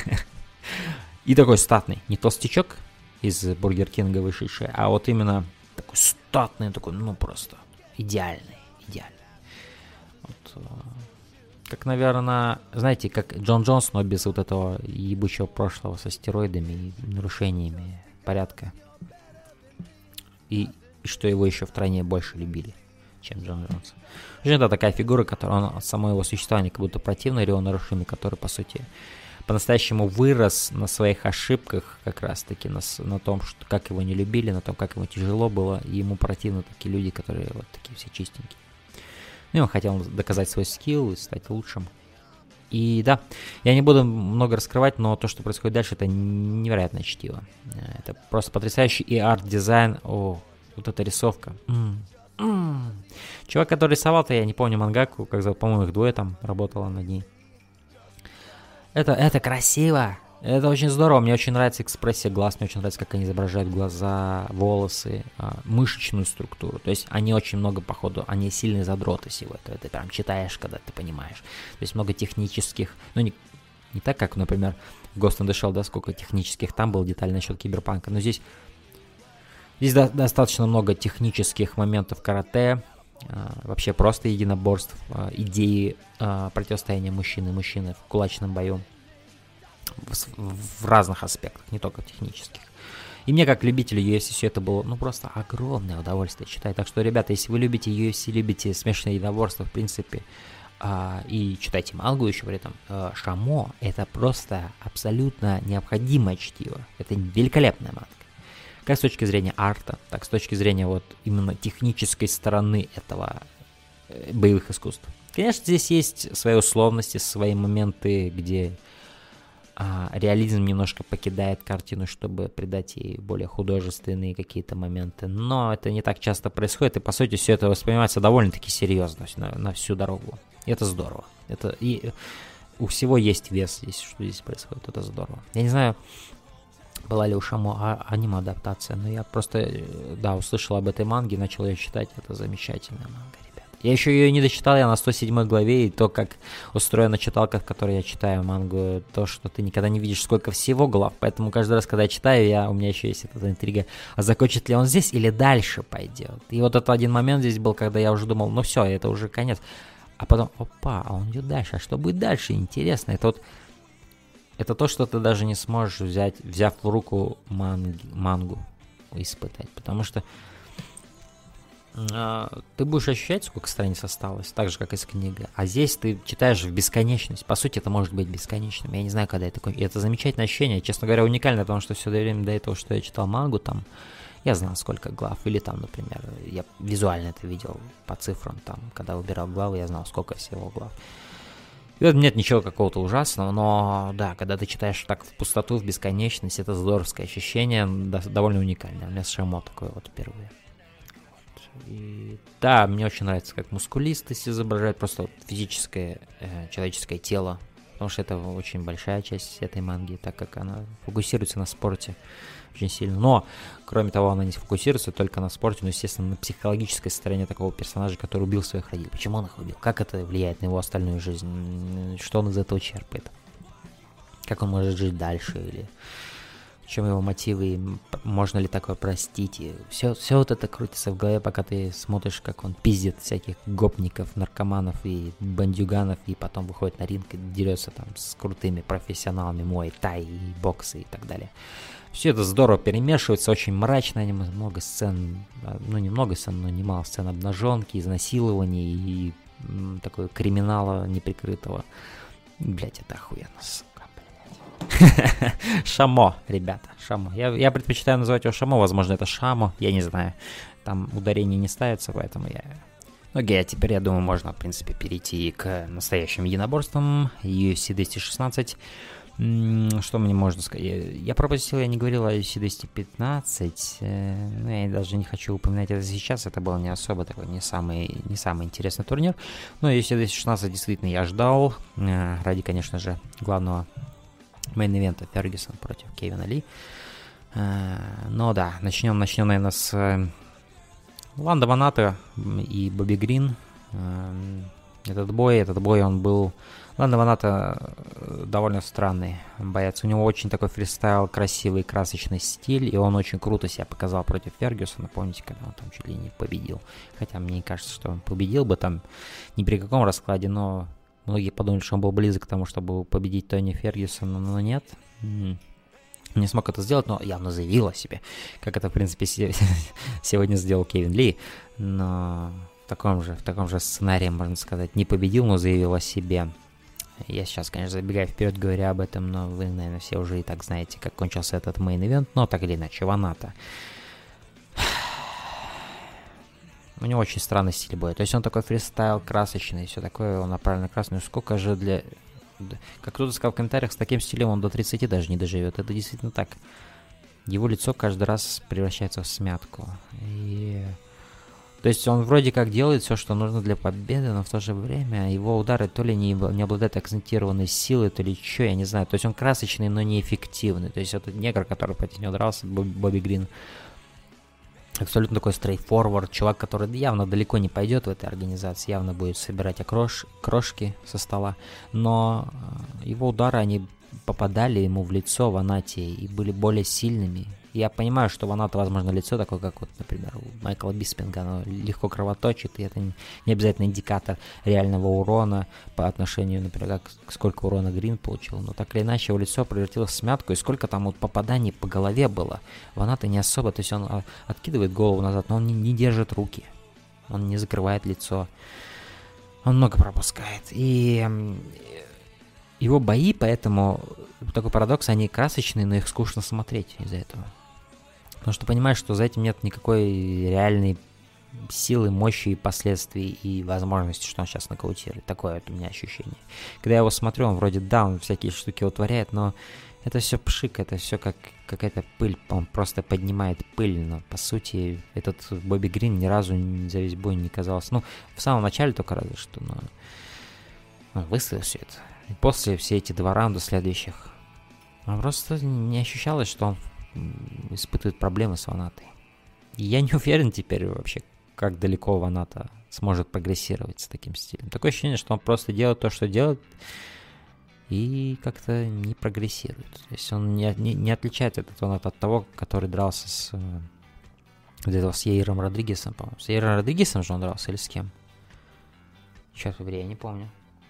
A: И такой статный, не толстячок из Бургер Кинга вышедший, а вот именно такой статный, такой, ну просто идеальный, идеальный. Вот, как, наверное, знаете, как Джон Джонс, но без вот этого ебучего прошлого со стероидами и нарушениями порядка. И, и что его еще втройне больше любили, чем Джон Джонс. Это такая фигура, которая он, от самого его существования как будто противный Рё Нарушимой, который, по сути, по-настоящему вырос на своих ошибках, как раз-таки на, на том, что, как его не любили, на том, как ему тяжело было, и ему противны такие люди, которые вот такие все чистенькие. Ну, и он хотел доказать свой скилл и стать лучшим. И да, я не буду много раскрывать, но то, что происходит дальше, это невероятно чтиво. Это просто потрясающий и арт-дизайн. О, вот эта рисовка. М-м. Mm. Чувак, который рисовал-то, я не помню мангаку, как зовут, по-моему, их двое там работало над ней. Это, это красиво, это очень здорово, мне очень нравится экспрессия глаз, мне очень нравится, как они изображают глаза, волосы, мышечную структуру. То есть они очень много, походу, они сильные задроты всего этого, ты прям читаешь, когда ты понимаешь. То есть много технических, ну не, не так, как, например, в Ghost in the Shell, да, сколько технических там было деталей насчет киберпанка, но здесь Здесь до- достаточно много технических моментов карате, э, вообще просто единоборств, э, идеи э, противостояния мужчины и мужчины в кулачном бою в, в разных аспектах, не только технических. И мне, как любителю ю эф си, все это было, ну, просто огромное удовольствие читать. Так что, ребята, если вы любите ю эф си, любите смешанные единоборства, в принципе, а, и читайте мангу еще при этом, а, Шамо — это просто абсолютно необходимое чтиво. Это великолепная манга. Как с точки зрения арта, так с точки зрения вот именно технической стороны этого э, боевых искусств. Конечно, здесь есть свои условности, свои моменты, где а, реализм немножко покидает картину, чтобы придать ей более художественные какие-то моменты. Но это не так часто происходит, и по сути все это воспринимается довольно-таки серьезно на, на всю дорогу. И это здорово. Это, и у всего есть вес, если что здесь происходит, это здорово. Я не знаю, была ли у Шамо а, аниме-адаптация, но я просто, да, услышал об этой манге, начал ее читать, это замечательная манга. Я еще ее не дочитал, я на сто седьмой главе, и то, как устроена читалка, в которой я читаю мангу, то, что ты никогда не видишь, сколько всего глав, поэтому каждый раз, когда я читаю, я, у меня еще есть эта интрига, а закончит ли он здесь или дальше пойдет. И вот этот один момент здесь был, когда я уже думал, ну все, это уже конец, а потом, опа, а он идет дальше, а что будет дальше, интересно, это вот, это то, что ты даже не сможешь взять, взяв в руку манги, мангу, испытать, потому что ты будешь ощущать, сколько страниц осталось, так же, как и с книгой. А здесь ты читаешь в бесконечность. По сути, это может быть бесконечным. Я не знаю, когда это кончится. Это замечательное ощущение. Честно говоря, уникально, потому что все время до этого, что я читал мангу, там, я знал, сколько глав. Или там, например, я визуально это видел по цифрам, там, когда выбирал главы, я знал, сколько всего глав. И вот нет ничего какого-то ужасного, но да, когда ты читаешь так в пустоту, в бесконечность, это здоровское ощущение, довольно уникальное. У меня с Шамо такое вот впервые. И, да, мне очень нравится, как мускулистость изображает, просто вот физическое э, человеческое тело, потому что это очень большая часть этой манги, так как она фокусируется на спорте очень сильно. Но, кроме того, она не фокусируется только на спорте, но, естественно, на психологической стороне такого персонажа, который убил своих родителей. Почему он их убил? Как это влияет на его остальную жизнь? Что он из этого черпает? Как он может жить дальше? Или в чем его мотивы, можно ли такое простить, и все, все вот это крутится в голове, пока ты смотришь, как он пиздит всяких гопников, наркоманов и бандюганов, и потом выходит на ринг и дерется там с крутыми профессионалами муай-тай и боксы и так далее. Все это здорово перемешивается, очень мрачно, много сцен, ну не много сцен, но немало сцен обнаженки, изнасилований и м, такого криминала неприкрытого. Блять, это охуенно. Шамо, ребята, Шамо. Я, я предпочитаю называть его Шамо, возможно, это Шамо, я не знаю. Там ударение не ставится, поэтому я... Окей, а теперь, я думаю, можно, в принципе, перейти к настоящим единоборствам. ю эф си двести шестнадцать. Что мне можно сказать? Я пропустил, я не говорил о ю эф си двести пятнадцать. Ну, я даже не хочу упоминать это сейчас. Это был не особо такой, не самый, не самый интересный турнир. Но ю эф си двести шестнадцать действительно я ждал. Ради, конечно же, главного мейн-ивента Фергюсон против Кевина Ли. Но да, начнем, начнем, наверное, с Ландо Ванато и Бобби Грин. Этот бой, этот бой, он был... Ландо Ванато довольно странный боец. У него очень такой фристайл, красивый, красочный стиль, и он очень круто себя показал против Фергюсона. Помните, когда он там чуть ли не победил? Хотя мне кажется, что он победил бы там ни при каком раскладе, но многие подумали, что он был близок к тому, чтобы победить Тони Фергюсона, но нет. Не смог это сделать, но явно заявил о себе, как это, в принципе, сегодня сделал Кевин Ли. Но в таком же, в таком же сценарии, можно сказать, не победил, но заявил о себе. Я сейчас, конечно, забегаю вперед, говоря об этом, но вы, наверное, все уже и так знаете, как кончился этот мейн-ивент, но так или иначе, Ванато. У него очень странный стиль боя. То есть он такой фристайл, красочный, все такое, он направлен на красную. Сколько же для... Как кто-то сказал в комментариях, с таким стилем он до тридцати даже не доживет. Это действительно так. Его лицо каждый раз превращается в смятку. И... То есть он вроде как делает все, что нужно для победы, но в то же время его удары то ли не, не обладают акцентированной силой, то ли что, я не знаю. То есть он красочный, но неэффективный. То есть этот негр, который против него дрался, Бобби Грин, абсолютно такой straightforward, чувак, который явно далеко не пойдет в этой организации, явно будет собирать окрош, крошки со стола, но его удары, они попадали ему в лицо Ванате и были более сильными, Я понимаю, что Ваната, возможно, лицо такое, как вот, например, у Майкла Биспинга, оно легко кровоточит, и это не обязательно индикатор реального урона по отношению, например, как сколько урона Грин получил. Но так или иначе, его лицо превратилось в смятку, и сколько там вот попаданий по голове было. Ваната не особо, то есть он откидывает голову назад, но он не, не держит руки, он не закрывает лицо, он много пропускает. И его бои, поэтому такой парадокс, они красочные, но их скучно смотреть из-за этого. Потому что понимаешь, что за этим нет никакой реальной силы, мощи и последствий и возможности, что он сейчас нокаутирует. Такое вот у меня ощущение. Когда я его смотрю, он вроде, да, он всякие штуки утворяет, но это все пшик, это все как какая-то пыль, он просто поднимает пыль, но по сути этот Бобби Грин ни разу за весь бой не казался, ну, в самом начале только разве что, но он выставил все это. И после все эти два раунда следующих, он просто не ощущалось, что он испытывает проблемы с Ванатой. И я не уверен теперь вообще, как далеко Ваната сможет прогрессировать с таким стилем. Такое ощущение, что он просто делает то, что делает, и как-то не прогрессирует. То есть он не, не, не отличается этот Ваната от того, который дрался с, где-то с Яиром Родригесом, по-моему. С Яиром Родригесом же он дрался или с кем? Сейчас, я не помню.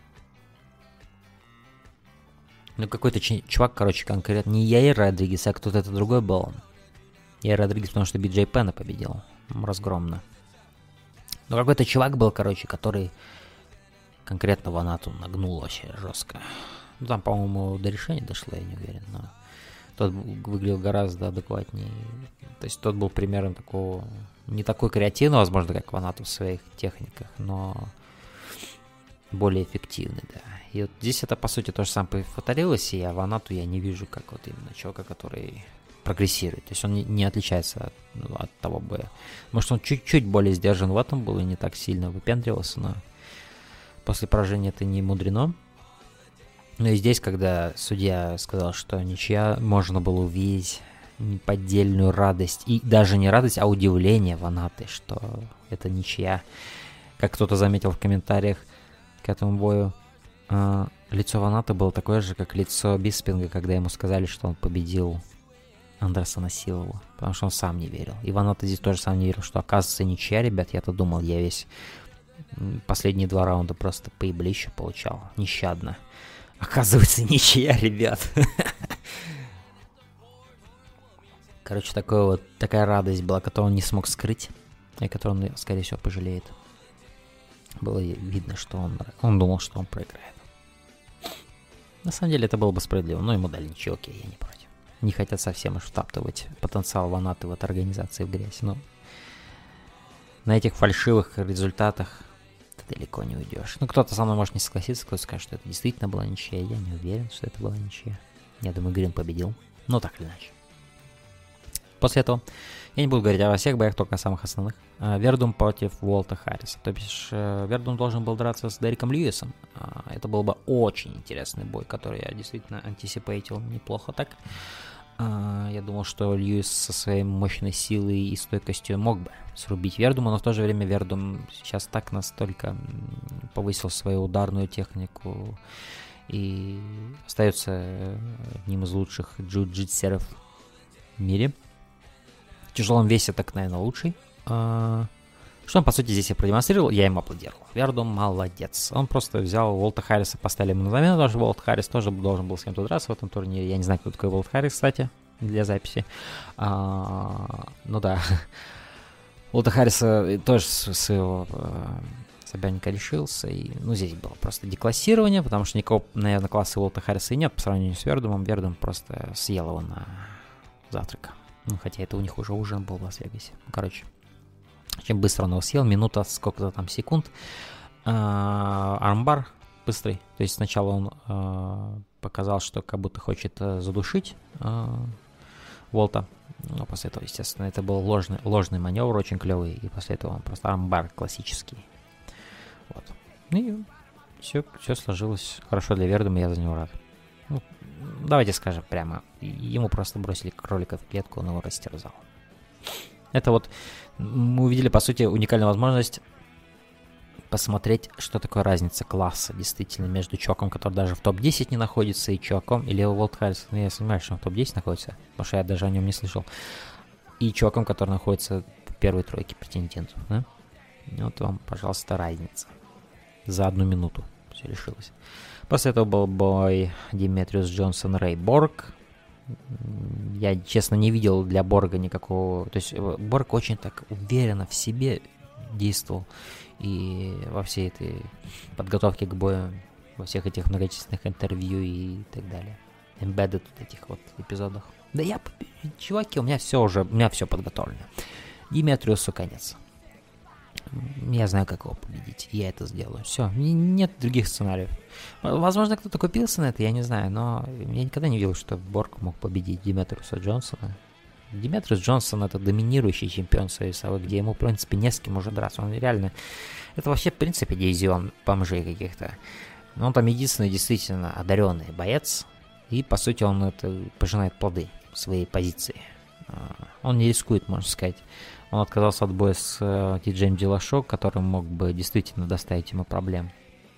A: Ну, какой-то ч- чувак, короче, конкретно не Яир Родригес, а кто-то это другой был. Яир Родригес, потому что Би-Джей Пенна победил разгромно. Ну, какой-то чувак был, короче, который конкретно Ванату нагнул вообще жестко. Ну, там, по-моему, до решения дошло, я не уверен, но тот выглядел гораздо адекватнее. То есть тот был примером такого, не такой креативный, возможно, как Ванату в своих техниках, но более эффективный, да. И вот здесь это, по сути, то же самое повторилось, и я Ванату я не вижу как вот именно человека, который прогрессирует. То есть он не, не отличается от, ну, от того боя. Может, он чуть-чуть более сдержан в этом был и не так сильно выпендривался, но после поражения это не мудрено. Ну и здесь, когда судья сказал, что ничья, можно было увидеть неподдельную радость. И даже не радость, а удивление Ванаты, что это ничья. Как кто-то заметил в комментариях к этому бою, э, лицо Ванаты было такое же, как лицо Биспинга, когда ему сказали, что он победил Андерсона Силову, потому что он сам не верил. И Ваната здесь тоже сам не верил, что оказывается ничья, ребят. Я-то думал, я весь последние два раунда просто поеблище получал, нещадно. Оказывается, ничья, ребят. Короче, такой вот, такая радость была, которую он не смог скрыть, и которую он, скорее всего, пожалеет. Было видно, что он, он думал, что он проиграет. На самом деле это было бы справедливо, но ему дали ничего, окей, я не против. Не хотят совсем уж втаптывать потенциал Ванаты в этой организации в грязь, но на этих фальшивых результатах ты далеко не уйдешь. Ну, кто-то со мной может не согласиться, кто-то скажет, что это действительно была ничья. Я не уверен, что это была ничья. Я думаю, Грин победил. Но так или иначе. После этого я не буду говорить о всех боях, только о самых основных. Вердум против Уолта Харриса. То есть Вердум должен был драться с Дериком Льюисом. Это был бы очень интересный бой, который я действительно антисипейтил неплохо так. Я думал, что Льюис со своей мощной силой и стойкостью мог бы срубить Вердума, но в то же время Вердум сейчас так настолько повысил свою ударную технику и остается одним из лучших джиу-джитсеров в мире. В тяжелом весе так, наверное, лучший. Что он, по сути, здесь и продемонстрировал, я ему аплодировал. Вердум молодец. Он просто взял Уолта Харриса, поставили ему на замену, потому что Уолт Харрис тоже должен был с кем-то драться в этом турнире. Я не знаю, кто такой Уолт Харрис, кстати, для записи. А, ну да. Уолта Харриса тоже своего соперника решился. И, ну, здесь было просто деклассирование, потому что никакого, наверное, класса Уолта Харриса и нет по сравнению с Вердумом. Вердум просто съел его на завтрак. Ну, хотя это у них уже ужин был в Лас-Вегасе. Короче. Чем быстро он его съел, минута, сколько-то там секунд. А, армбар быстрый. То есть сначала он а, показал, что как будто хочет а, задушить а, Уолта. Но после этого, естественно, это был ложный, ложный маневр, очень клевый. И после этого он просто армбар классический. Вот. И все, все сложилось хорошо для Вердума, я за него рад. Ну, давайте скажем прямо. Ему просто бросили кролика в клетку, он его растерзал. Это вот мы увидели, по сути, уникальную возможность посмотреть, что такое разница класса, действительно, между чуваком, который даже в топ десять не находится, и чуваком, или Уолт Харрис, ну, я сомневаюсь, что он в топ десять находится, потому что я даже о нем не слышал, и чуваком, который находится в первой тройке претендентов, да? Вот вам, пожалуйста, разница. За одну минуту все решилось. После этого был бой Диметриус Джонсон, Рэй Борг. Я, честно, не видел для Борга никакого... То есть Борг очень так уверенно в себе действовал. И во всей этой подготовке к бою, во всех этих многочисленных интервью и так далее. Embedded вот этих вот эпизодах. Да я... Чуваки, у меня все уже... У меня все подготовлено. Диметриусу конец. Я знаю, как его победить. Я это сделаю. Все. Нет других сценариев. Возможно, кто-то купился на это, я не знаю. Но я никогда не видел, что Борг мог победить Диметриуса Джонсона. Диметриус Джонсон — это доминирующий чемпион весовой, где ему, в принципе, не с кем уже драться. Он реально... Это вообще, в принципе, дивизион бомжей каких-то. Но он там единственный действительно одаренный боец. И, по сути, он это пожинает плоды своей позиции. Он не рискует, можно сказать. Он отказался от боя с э, Ти-Джеем Дилашо, который мог бы действительно доставить ему проблем.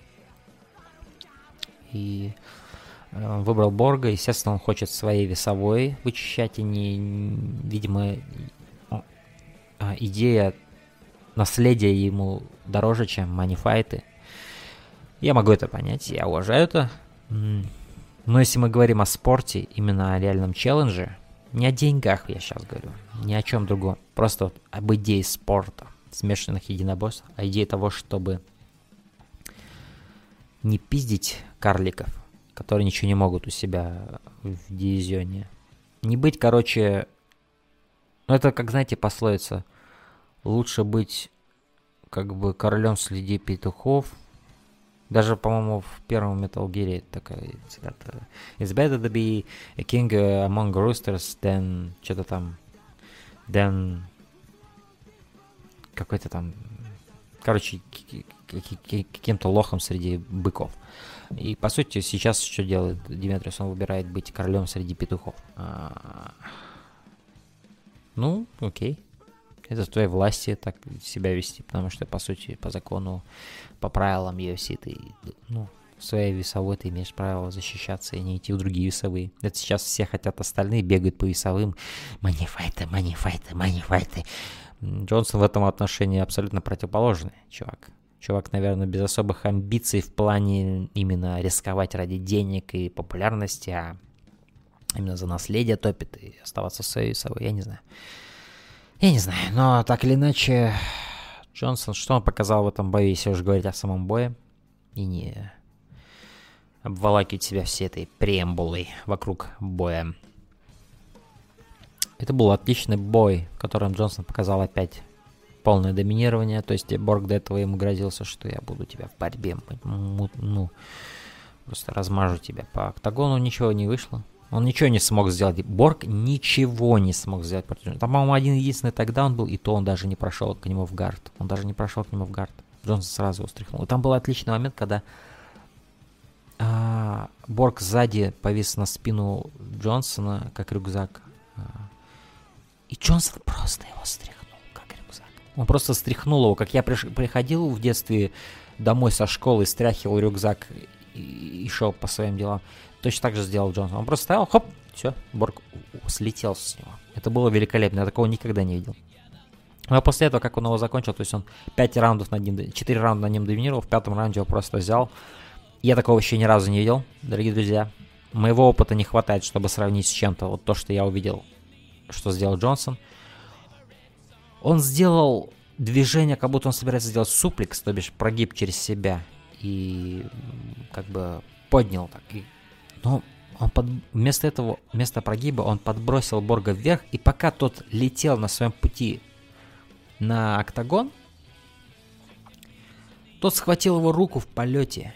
A: И э, выбрал Борга. Естественно, он хочет своей весовой вычищать. И, не, видимо, э, идея наследия ему дороже, чем манифайты. Я могу это понять, я уважаю это. Но если мы говорим о спорте, именно о реальном челлендже, не о деньгах я сейчас говорю, ни о чем другом. Просто вот об идее спорта, смешанных единоборств, о идее того, чтобы не пиздить карликов, которые ничего не могут у себя в дивизионе. Не быть, короче... Ну, это, как, знаете, пословица. Лучше быть, как бы, королем среди петухов. Даже, по-моему, в первом Metal Gear такая цитата. It's better to be a king among roosters than... Что-то там... Than... Какой-то там... Короче, каким-то лохом среди быков. И, по сути, сейчас что делает Диметриус? Он выбирает быть королем среди петухов. А... Ну, окей. Это в твоей власти так себя вести, потому что, по сути, по закону, по правилам ю эф си, ты, ну, в своей весовой ты имеешь право защищаться и не идти в другие весовые. Это сейчас все хотят, остальные бегают по весовым. Манифайты, манифайты, манифайты. Джонсон в этом отношении абсолютно противоположный чувак. Чувак, наверное, без особых амбиций в плане именно рисковать ради денег и популярности, а именно за наследие топит и оставаться в своей весовой, я не знаю. Я не знаю, но так или иначе, Джонсон, что он показал в этом бою, если уж говорить о самом бое, и не обволакивать себя всей этой преамбулой вокруг боя. Это был отличный бой, в котором Джонсон показал опять полное доминирование, то есть Борг до этого ему грозился, что я буду тебя в борьбе, ну, просто размажу тебя по октагону, ничего не вышло. Он ничего не смог сделать. Борг ничего не смог сделать. Там, по-моему, один единственный тогда он был, и то он даже не прошел к нему в гард. Он даже не прошел к нему в гард. Джонсон сразу его стряхнул. И там был отличный момент, когда а, Борг сзади повис на спину Джонсона, как рюкзак. А, и Джонсон просто его стряхнул, как рюкзак. Он просто стряхнул его. Как я приш- приходил в детстве домой со школы, стряхивал рюкзак и, и шел по своим делам. Точно так же сделал Джонсон. Он просто стоял, хоп, все, Борг слетел с него. Это было великолепно, я такого никогда не видел. А после этого, как он его закончил, то есть он пять раундов над ним, четыре раунда на нем доминировал, в пятом раунде его просто взял. Я такого еще ни разу не видел, дорогие друзья. Моего опыта не хватает, чтобы сравнить с чем-то вот то, что я увидел, что сделал Джонсон. Он сделал движение, как будто он собирается сделать суплекс, то бишь прогиб через себя. И как бы поднял так, и но он под... вместо этого, вместо прогиба он подбросил Борга вверх, и пока тот летел на своем пути на октагон, тот схватил его руку в полете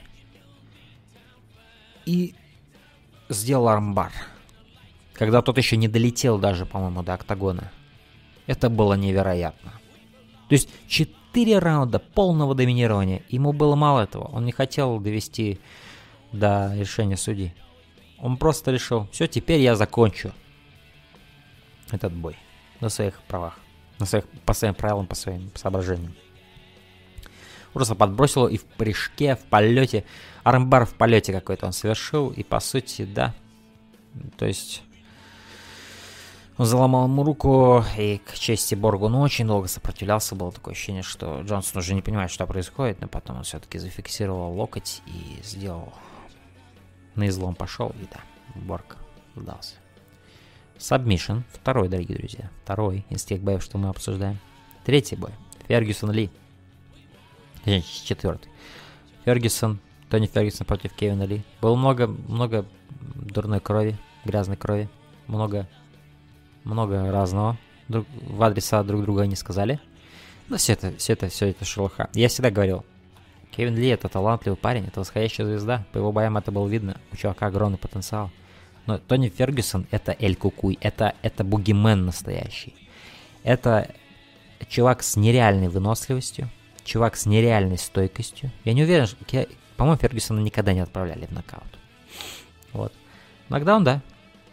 A: и сделал армбар, когда тот еще не долетел даже, по-моему, до октагона. Это было невероятно. То есть четыре раунда полного доминирования, ему было мало этого, он не хотел довести до решения судьи. Он просто решил, все, теперь я закончу этот бой на своих правах, на своих, по своим правилам, по своим соображениям. Просто подбросил и в прыжке, в полете, армбар в полете какой-то он совершил. И по сути, да, то есть он заломал ему руку, и к чести Боргу, ну, очень долго сопротивлялся. Было такое ощущение, что Джонсон уже не понимает, что происходит, но потом он все-таки зафиксировал локоть и сделал... На излом пошел, и да, Борг сдался. Сабмишн, второй, дорогие друзья, второй из тех боев, что мы обсуждаем. Третий бой. Фергюсон Ли. Четвертый. Фергюсон, Тони Фергюсон против Кевина Ли. Было много, много дурной крови, грязной крови. Много, много разного. Друг, в адреса друг друга они сказали. Но все это, все это, все это шелуха. Я всегда говорил, Кевин Ли это талантливый парень, это восходящая звезда. По его боям это было видно. У чувака огромный потенциал. Но Тони Фергюсон это Эль Кукуй. Это, это бугимен настоящий. Это чувак с нереальной выносливостью. Чувак с нереальной стойкостью. Я не уверен, что... Я, по-моему, Фергюсона никогда не отправляли в нокаут. Вот. Нокдаун, да.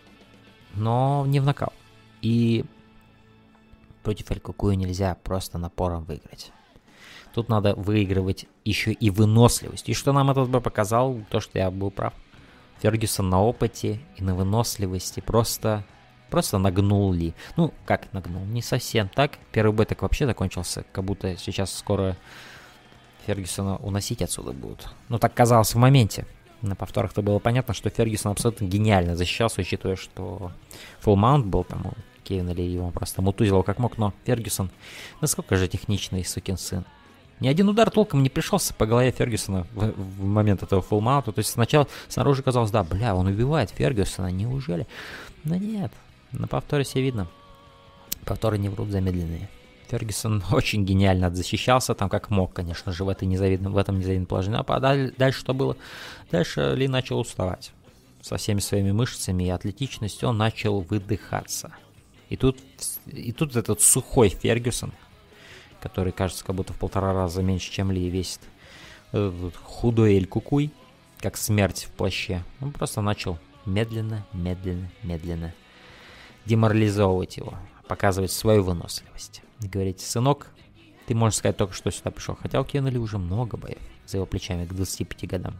A: Но не в нокаут. И против Эль Кукуя нельзя просто напором выиграть. Тут надо выигрывать еще и выносливость. И что нам этот бой показал, то, что я был прав. Фергюсон на опыте и на выносливости просто, просто нагнул Ли. Ну, как нагнул? Не совсем так. Первый бой так вообще закончился, как будто сейчас скоро Фергюсона уносить отсюда будут. Ну, так казалось в моменте. На повторах-то было понятно, что Фергюсон абсолютно гениально защищался, учитывая, что full mount был там у Кевина Ли, его просто мутузил как мог, но Фергюсон, насколько же техничный сукин сын. Ни один удар толком не пришелся по голове Фергюсона в, в момент этого фулл-маунта. То есть сначала снаружи казалось, да, бля, он убивает Фергюсона, неужели? Но нет, на повторе все видно. Повторы не врут, замедленные. Фергюсон очень гениально защищался, там как мог, конечно же, в, этой незавидном, в этом незавидном положении. А дальше что было? Дальше Ли начал уставать. Со всеми своими мышцами и атлетичностью он начал выдыхаться. И тут, и тут этот сухой Фергюсон, который, кажется, как будто в полтора раза меньше, чем Ли весит. Этот худой Эль Кукуй, как смерть в плаще. Он просто начал медленно, медленно, медленно деморализовывать его, показывать свою выносливость. И говорить, сынок, ты можешь сказать только, что сюда пришел. Хотя у Кевина Ли уже много боев за его плечами к двадцати пяти годам.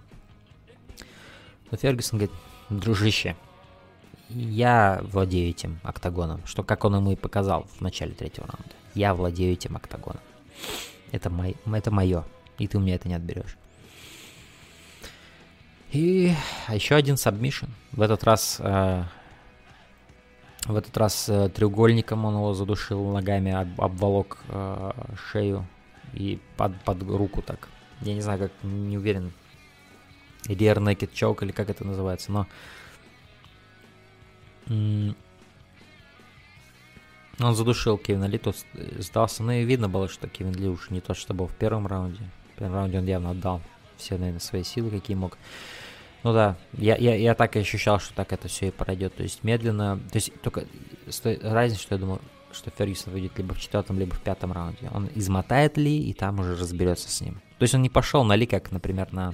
A: Но Фергюсон говорит, дружище, я владею этим октагоном, что как он ему и показал в начале третьего раунда. Я владею этим октагоном. Это, мой, это мое, и ты у меня это не отберешь. И еще один сабмишн. В этот раз, э, в этот раз э, треугольником он его задушил ногами, об, обволок э, шею и под, под руку так. Я не знаю, как, не уверен. Rear Naked Choke или как это называется, но м- он задушил Кевина Ли, тот сдался. Ну и видно было, что Кевин Ли уж не то, что был в первом раунде. В первом раунде он явно отдал все, наверное, свои силы, какие мог. Ну да, я, я, я так и ощущал, что так это все и пройдет. То есть медленно. То есть только сто... разница, что я думал, что Фергюсон выйдет либо в четвертом, либо в пятом раунде. Он измотает Ли и там уже разберется с ним. То есть он не пошел на Ли, как, например, на,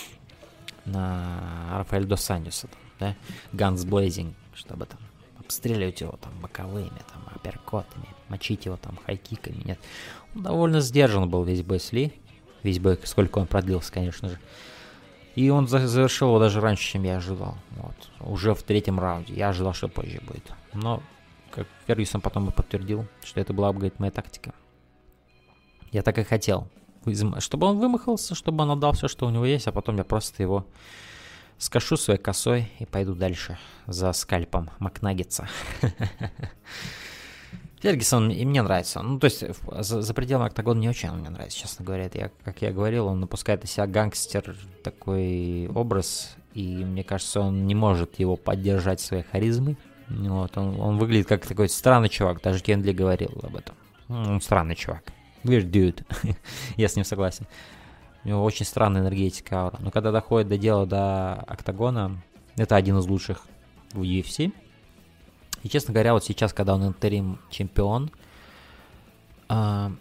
A: на Рафаэль дос Аньоса, да? Guns Blazing, чтобы там обстреливать его там боковыми, там, апперкотами, мочить его там хайкиками. Нет. Он довольно сдержан был весь бой с Ли. Весь бой, сколько он продлился, конечно же. И он завершил его даже раньше, чем я ожидал. Вот. Уже в третьем раунде. Я ожидал, что позже будет. Но, как Фергюсон потом и подтвердил, что это была, говорит, моя тактика. Я так и хотел. Чтобы он вымахался, чтобы он отдал все, что у него есть, а потом я просто его скошу своей косой и пойду дальше за скальпом Макнаггетса. Фергюсон, и мне нравится. Ну, то есть, за, за пределами октагона не очень он мне нравится, честно говоря. Это я, как я говорил, он напускает из себя гангстер такой образ, и мне кажется, он не может его поддержать своей харизмой. Вот, он, он выглядит как такой странный чувак, даже Кен Ли говорил об этом. Он странный чувак. Weird dude. Я с ним согласен. У него очень странная энергетика аура. Но когда доходит до дела до октагона, это один из лучших в ю эф си. И, честно говоря, вот сейчас, когда он интерим чемпион, а,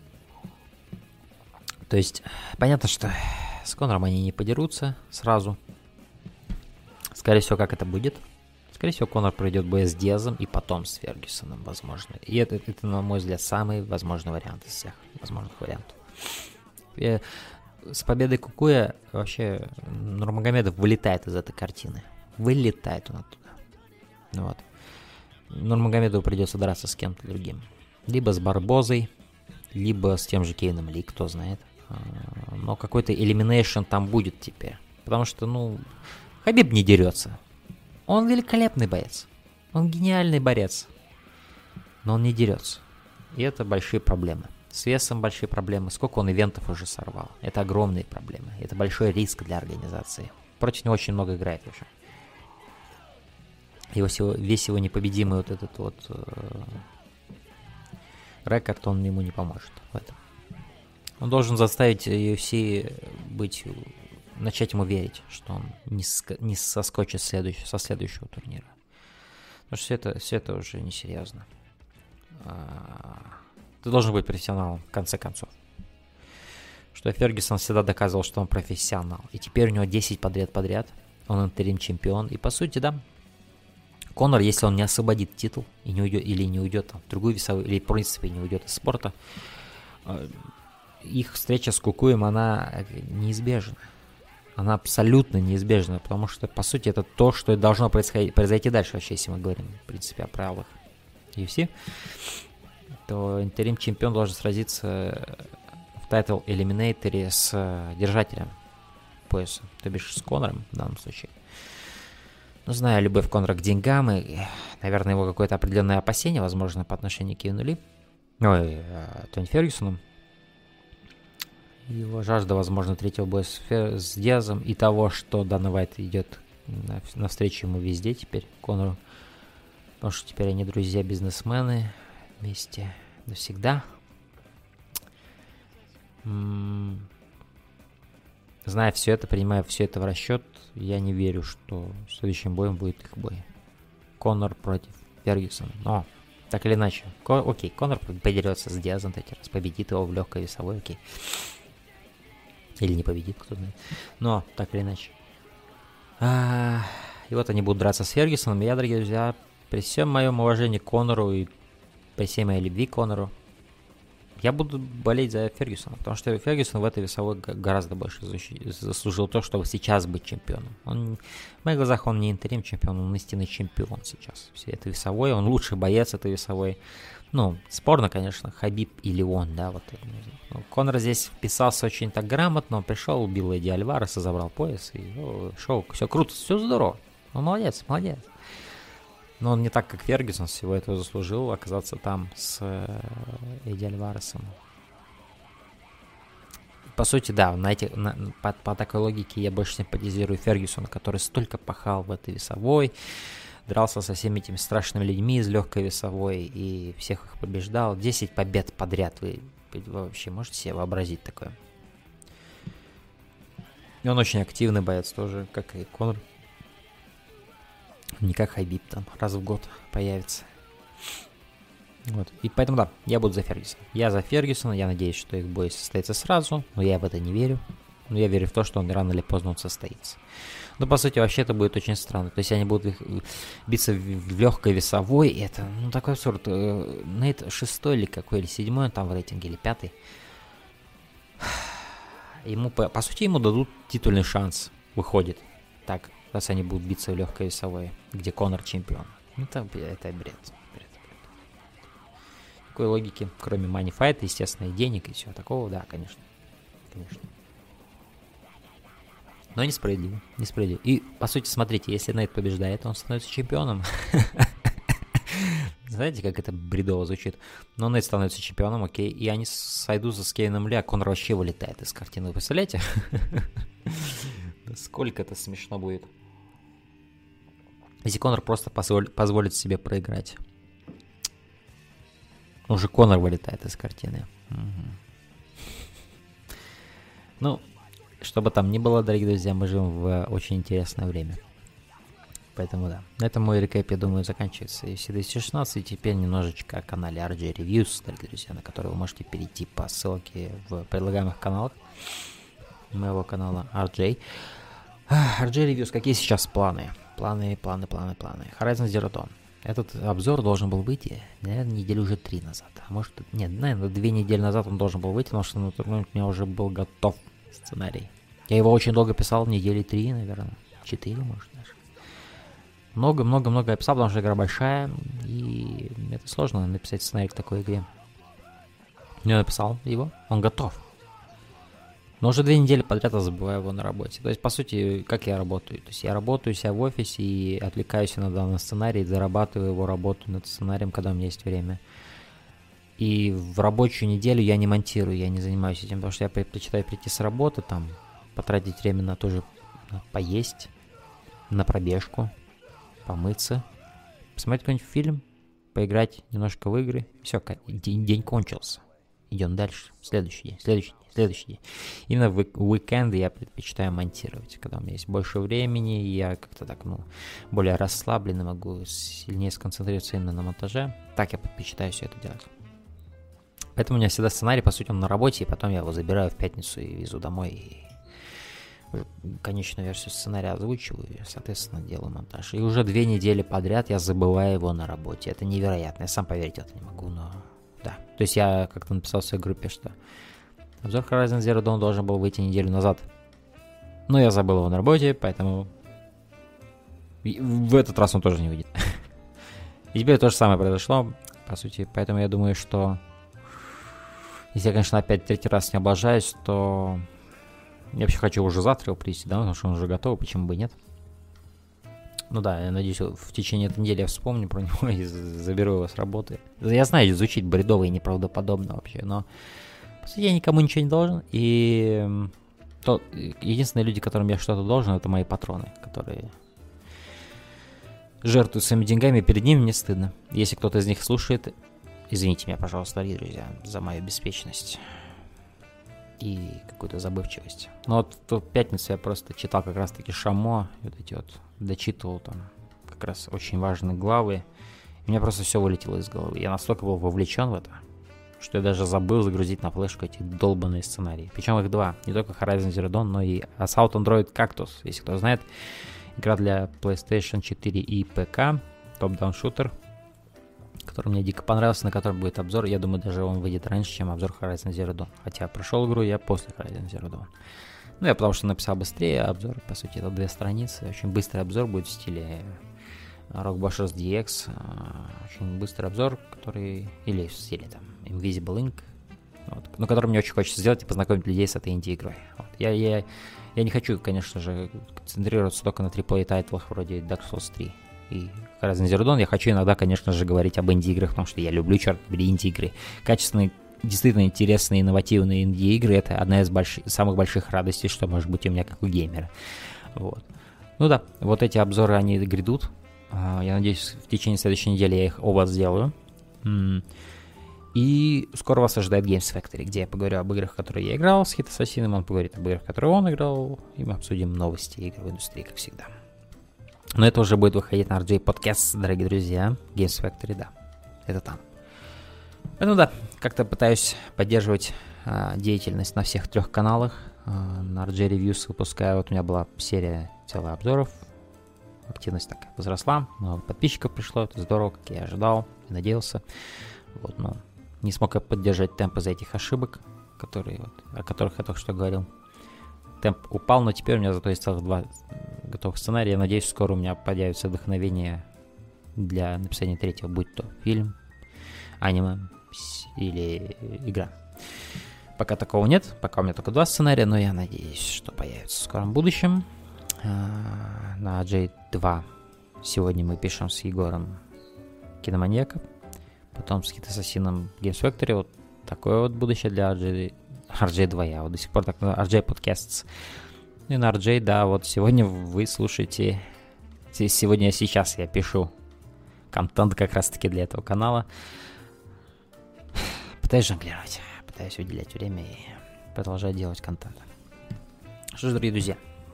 A: то есть, понятно, что с Конором они не подерутся сразу. Скорее всего, как это будет? Скорее всего, Конор пройдет бой с Диазом и потом с Фергюсоном, возможно. И это, это, на мой взгляд, самый возможный вариант из всех возможных вариантов. э, с победой Кукуя вообще Нурмагомедов вылетает из этой картины. Вылетает он оттуда. Вот. Нурмагомедову придется драться с кем-то другим. Либо с Барбозой, либо с тем же Кейном Ли, кто знает. Но какой-то элиминейшн там будет теперь. Потому что, ну, Хабиб не дерется. Он великолепный боец. Он гениальный борец. Но он не дерется. И это большие проблемы. С весом большие проблемы. Сколько он ивентов уже сорвал. Это огромные проблемы. Это большой риск для организации. Против него очень много играет уже. Его всего, весь его непобедимый вот этот вот э, рекорд, он ему не поможет в этом. Он должен заставить ю эф си быть, начать ему верить, что он не, ск- не соскочит следующий, со следующего турнира. Потому что все это, все это уже несерьезно. А, ты должен быть профессионалом, в конце концов. Что Фергюсон всегда доказывал, что он профессионал. И теперь у него десять подряд-подряд. Он интерим-чемпион. И по сути, да, Конор, если он не освободит титул и не уйдет, или не уйдет там, в другую весовую, или в принципе не уйдет из спорта, их встреча с Кукуем, она неизбежна. Она абсолютно неизбежна, потому что, по сути, это то, что должно происходить, произойти дальше, вообще, если мы говорим, в принципе, о правилах ю эф си, то интерим-чемпион должен сразиться в тайтл элиминейторе с держателем пояса, то бишь с Конором в данном случае. Ну, зная любовь Конора к деньгам и, наверное, его какое-то определенное опасение, возможно, по отношению к Кейну Ли, ой, Тони Фергюсону, его жажда, возможно, третьего боя с, Фер... с Диазом и того, что Дана Вайт идет навстречу ему везде теперь, Конору, потому что теперь они друзья-бизнесмены вместе навсегда. М-м- Зная все это, принимая все это в расчет, я не верю, что следующим боем будет их бой. Конор против Фергюсона. Но, так или иначе, Ко- окей, Конор подерется с Диазом третий раз, победит его в легкой весовой, окей. Или не победит, кто знает. Но, так или иначе. А, и вот они будут драться с Фергюсоном. И я, дорогие друзья, при всем моем уважении к Конору и при всей моей любви к Конору, я буду болеть за Фергюсона, потому что Фергюсон в этой весовой гораздо больше заслужил то, чтобы сейчас быть чемпионом. Он, в моих глазах он не интерим-чемпион, он истинный чемпион сейчас. Все это весовой, он лучший боец этой весовой. Ну, спорно, конечно, Хабиб или он, да, вот. Ну, Конор здесь вписался очень так грамотно, он пришел, убил Эдди Альвареса, забрал пояс, и о, шоу, все круто, все здорово. Он молодец, молодец. Но он не так, как Фергюсон, всего этого заслужил оказаться там с э, Эдди Альваресом. По сути, да, на эти, на, по, по такой логике я больше симпатизирую Фергюсона, который столько пахал в этой весовой, дрался со всеми этими страшными людьми из легкой весовой и всех их побеждал. десять побед подряд, вы, вы вообще можете себе вообразить такое? И он очень активный боец тоже, как и Конор. Не как Хабиб там раз в год появится. Вот. И поэтому да, я буду за Фергюсона. Я за Фергюсона, я надеюсь, что их бой состоится сразу, но я в это не верю. Но я верю в то, что он рано или поздно он состоится. Но по сути вообще это будет очень странно. То есть они будут их биться в, в легкой весовой, и это, ну, такой абсурд. Нейт шестой или какой, или седьмой он там в рейтинге, или пятый. Ему, по, по сути, ему дадут титульный шанс. Выходит. Так, раз они будут биться в легкой весовой, где Конор чемпион. Ну, это, это бред. бред, бред. Такой логики, кроме money fight, естественно, и денег, и всего такого, да, конечно. Конечно. Но несправедливо. Несправедливо. И, по сути, смотрите, если Нейт побеждает, он становится чемпионом. Знаете, как это бредово звучит? Но Нейт становится чемпионом, окей, и они сойдутся с Кейном Ли, а Конор вообще вылетает из картины. Вы представляете? Сколько это смешно будет. Если Конор просто позволит, позволит себе проиграть. Уже Конор вылетает из картины. Угу. Ну, что бы там ни было, дорогие друзья, мы живем в очень интересное время. Поэтому да. На этом мой рекэп, я думаю, заканчивается. ю эф си двести шестнадцать. И теперь немножечко о канале ар джей Reviews, дорогие друзья, на который вы можете перейти по ссылке в предлагаемых каналах моего канала ар джей. ар джей Reviews, какие сейчас планы? Планы, планы, планы, планы. Horizon Zero Dawn. Этот обзор должен был выйти, наверное, неделю уже три назад. А может, нет, наверное, две недели назад он должен был выйти, потому что на тот момент у меня уже был готов сценарий. Я его очень долго писал, недели три, наверное, четыре, может, даже. Много-много-много я писал, потому что игра большая, и это сложно написать сценарий к такой игре. Я написал его, он готов. Но уже две недели подряд я забываю его на работе. То есть, по сути, как я работаю? То есть, я работаю себя в офисе и отвлекаюсь иногда на сценарий, зарабатываю его, работаю над сценарием, когда у меня есть время. И в рабочую неделю я не монтирую, я не занимаюсь этим, потому что я предпочитаю прийти с работы, там, потратить время на тоже на поесть, на пробежку, помыться, посмотреть какой-нибудь фильм, поиграть немножко в игры. Все, день, день кончился. Идем дальше. Следующий день, следующий день, следующий день. Именно в уикенды я предпочитаю монтировать, когда у меня есть больше времени, и я как-то так, ну, более расслабленно могу сильнее сконцентрироваться именно на монтаже. Так я предпочитаю все это делать. Поэтому у меня всегда сценарий, по сути, он на работе, и потом я его забираю в пятницу и везу домой, и конечную версию сценария озвучиваю, и, соответственно, делаю монтаж. И уже две недели подряд я забываю его на работе. Это невероятно. Я сам поверить в это не могу, но да. То есть я как-то написал в своей группе, что обзор Horizon Zero Dawn должен был выйти неделю назад. Но я забыл его на работе, поэтому в этот раз он тоже не выйдет. И теперь то же самое произошло, по сути. Поэтому я думаю, что если я, конечно, опять третий раз не облажаюсь, то я вообще хочу уже завтра его привезти, да, потому что он уже готов, почему бы и нет. Ну да, я надеюсь, в течение этой недели я вспомню про него и заберу его с работы. Я знаю, звучит бредово и неправдоподобно вообще, но по сути я никому ничего не должен. И то, единственные люди, которым я что-то должен, это мои патроны, которые жертвуют своими деньгами, и перед ними мне стыдно. Если кто-то из них слушает, извините меня, пожалуйста, дорогие друзья, за мою беспечность и какую-то забывчивость. Но вот в ту пятницу я просто читал как раз-таки Шамо, вот эти вот, дочитывал там как раз очень важные главы, и у меня просто все вылетело из головы. Я настолько был вовлечен в это, что я даже забыл загрузить на флешку эти долбанные сценарии. Причем их два, не только Horizon Zero Dawn, но и Assault on Droid Cactus, если кто знает. Игра для PlayStation четыре и пэ ка, топ-даун шутер, который мне дико понравился, на котором будет обзор. Я думаю, даже он выйдет раньше, чем обзор Horizon Zero Dawn. Хотя прошел игру я после Horizon Zero Dawn. Ну, я потому что написал быстрее обзор. По сути, это две страницы. Очень быстрый обзор будет в стиле Rockbusters ди экс. Очень быстрый обзор, который... Или в стиле там Invisible Ink. Вот, но который мне очень хочется сделать и познакомить людей с этой инди-игрой. Вот. Я, я, я не хочу, конечно же, концентрироваться только на триплей тайтлах вроде Dark Souls три и Horizon Zero Dawn. Я хочу иногда, конечно же, говорить об инди-играх, потому что я люблю, черт побери, инди-игры. Качественные, действительно интересные, инновативные инди-игры — это одна из больших, самых больших радостей, что может быть у меня как у геймера. Вот. Ну да, вот эти обзоры, они грядут. Я надеюсь, в течение следующей недели я их оба сделаю. И скоро вас ожидает Games Factory, где я поговорю об играх, которые я играл с Hit Assassin, он поговорит об играх, которые он играл, и мы обсудим новости игровой индустрии, как всегда. Но это уже будет выходить на ар джей Podcast, дорогие друзья. Games Factory, да, это там. Ну да, как-то пытаюсь поддерживать а, деятельность на всех трех каналах. А, на ар джей Reviews выпускаю, вот у меня была серия целых обзоров. Активность так возросла, много подписчиков пришло, это здорово, как я ожидал и надеялся. Вот, но не смог я поддержать темп из-за этих ошибок, которые, вот, о которых я только что говорил. Темп упал, но теперь у меня зато есть целых два готовых сценария. Я надеюсь, скоро у меня появится вдохновение для написания третьего, будь то фильм, аниме или игра. Пока такого нет, пока у меня только два сценария, но я надеюсь, что появится в скором будущем. На джей два сегодня мы пишем с Егором Киноманьяка, потом с Hit Assassin Games Factory. Вот такое вот будущее для ар джей, ар джей два. Я вот до сих пор так на ар джей Podcasts. И на ар джей, да, вот сегодня вы слушаете... Сегодня, сейчас я пишу контент как раз-таки для этого канала. Пытаюсь жонглировать, пытаюсь уделять время и продолжать делать контент. Что ж, дорогие друзья,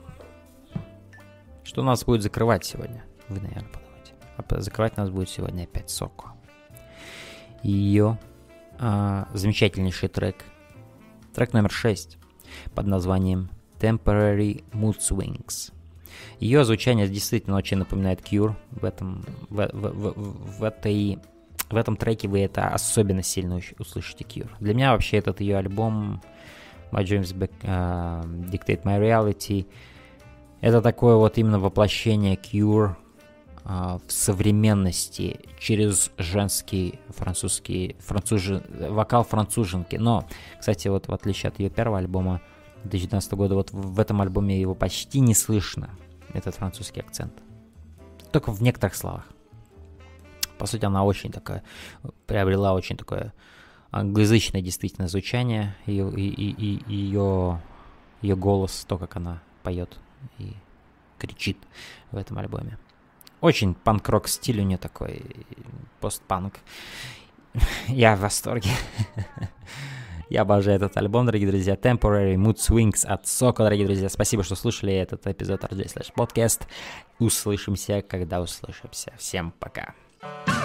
A: что нас будет закрывать сегодня? Вы, наверное, подумаете. А закрывать нас будет сегодня опять Соко. Ее а, замечательнейший трек. Трек номер шесть под названием Temporary Mood Swings. Ее звучание действительно очень напоминает Cure. В этом, в, в, в, в, этой, в этом треке вы это особенно сильно услышите Cure. Для меня вообще этот ее альбом My Dreams uh, Dictate My Reality — это такое вот именно воплощение Cure uh, в современности через женский французский француж... вокал француженки. Но, кстати, вот в отличие от ее первого альбома две тысячи девятнадцатого года, вот в этом альбоме его почти не слышно, этот французский акцент. Только в некоторых словах. По сути, она очень такая, приобрела очень такое англоязычное действительно звучание, ее, и, и, и, ее, ее голос, то, как она поет и кричит в этом альбоме. Очень панк-рок стиль у нее такой, постпанк. Я в восторге. Я обожаю этот альбом, дорогие друзья. Temporary Mood Swings от Соко, дорогие друзья. Спасибо, что слушали этот эпизод ар джей Slash Podcast. Услышимся, когда услышимся. Всем пока.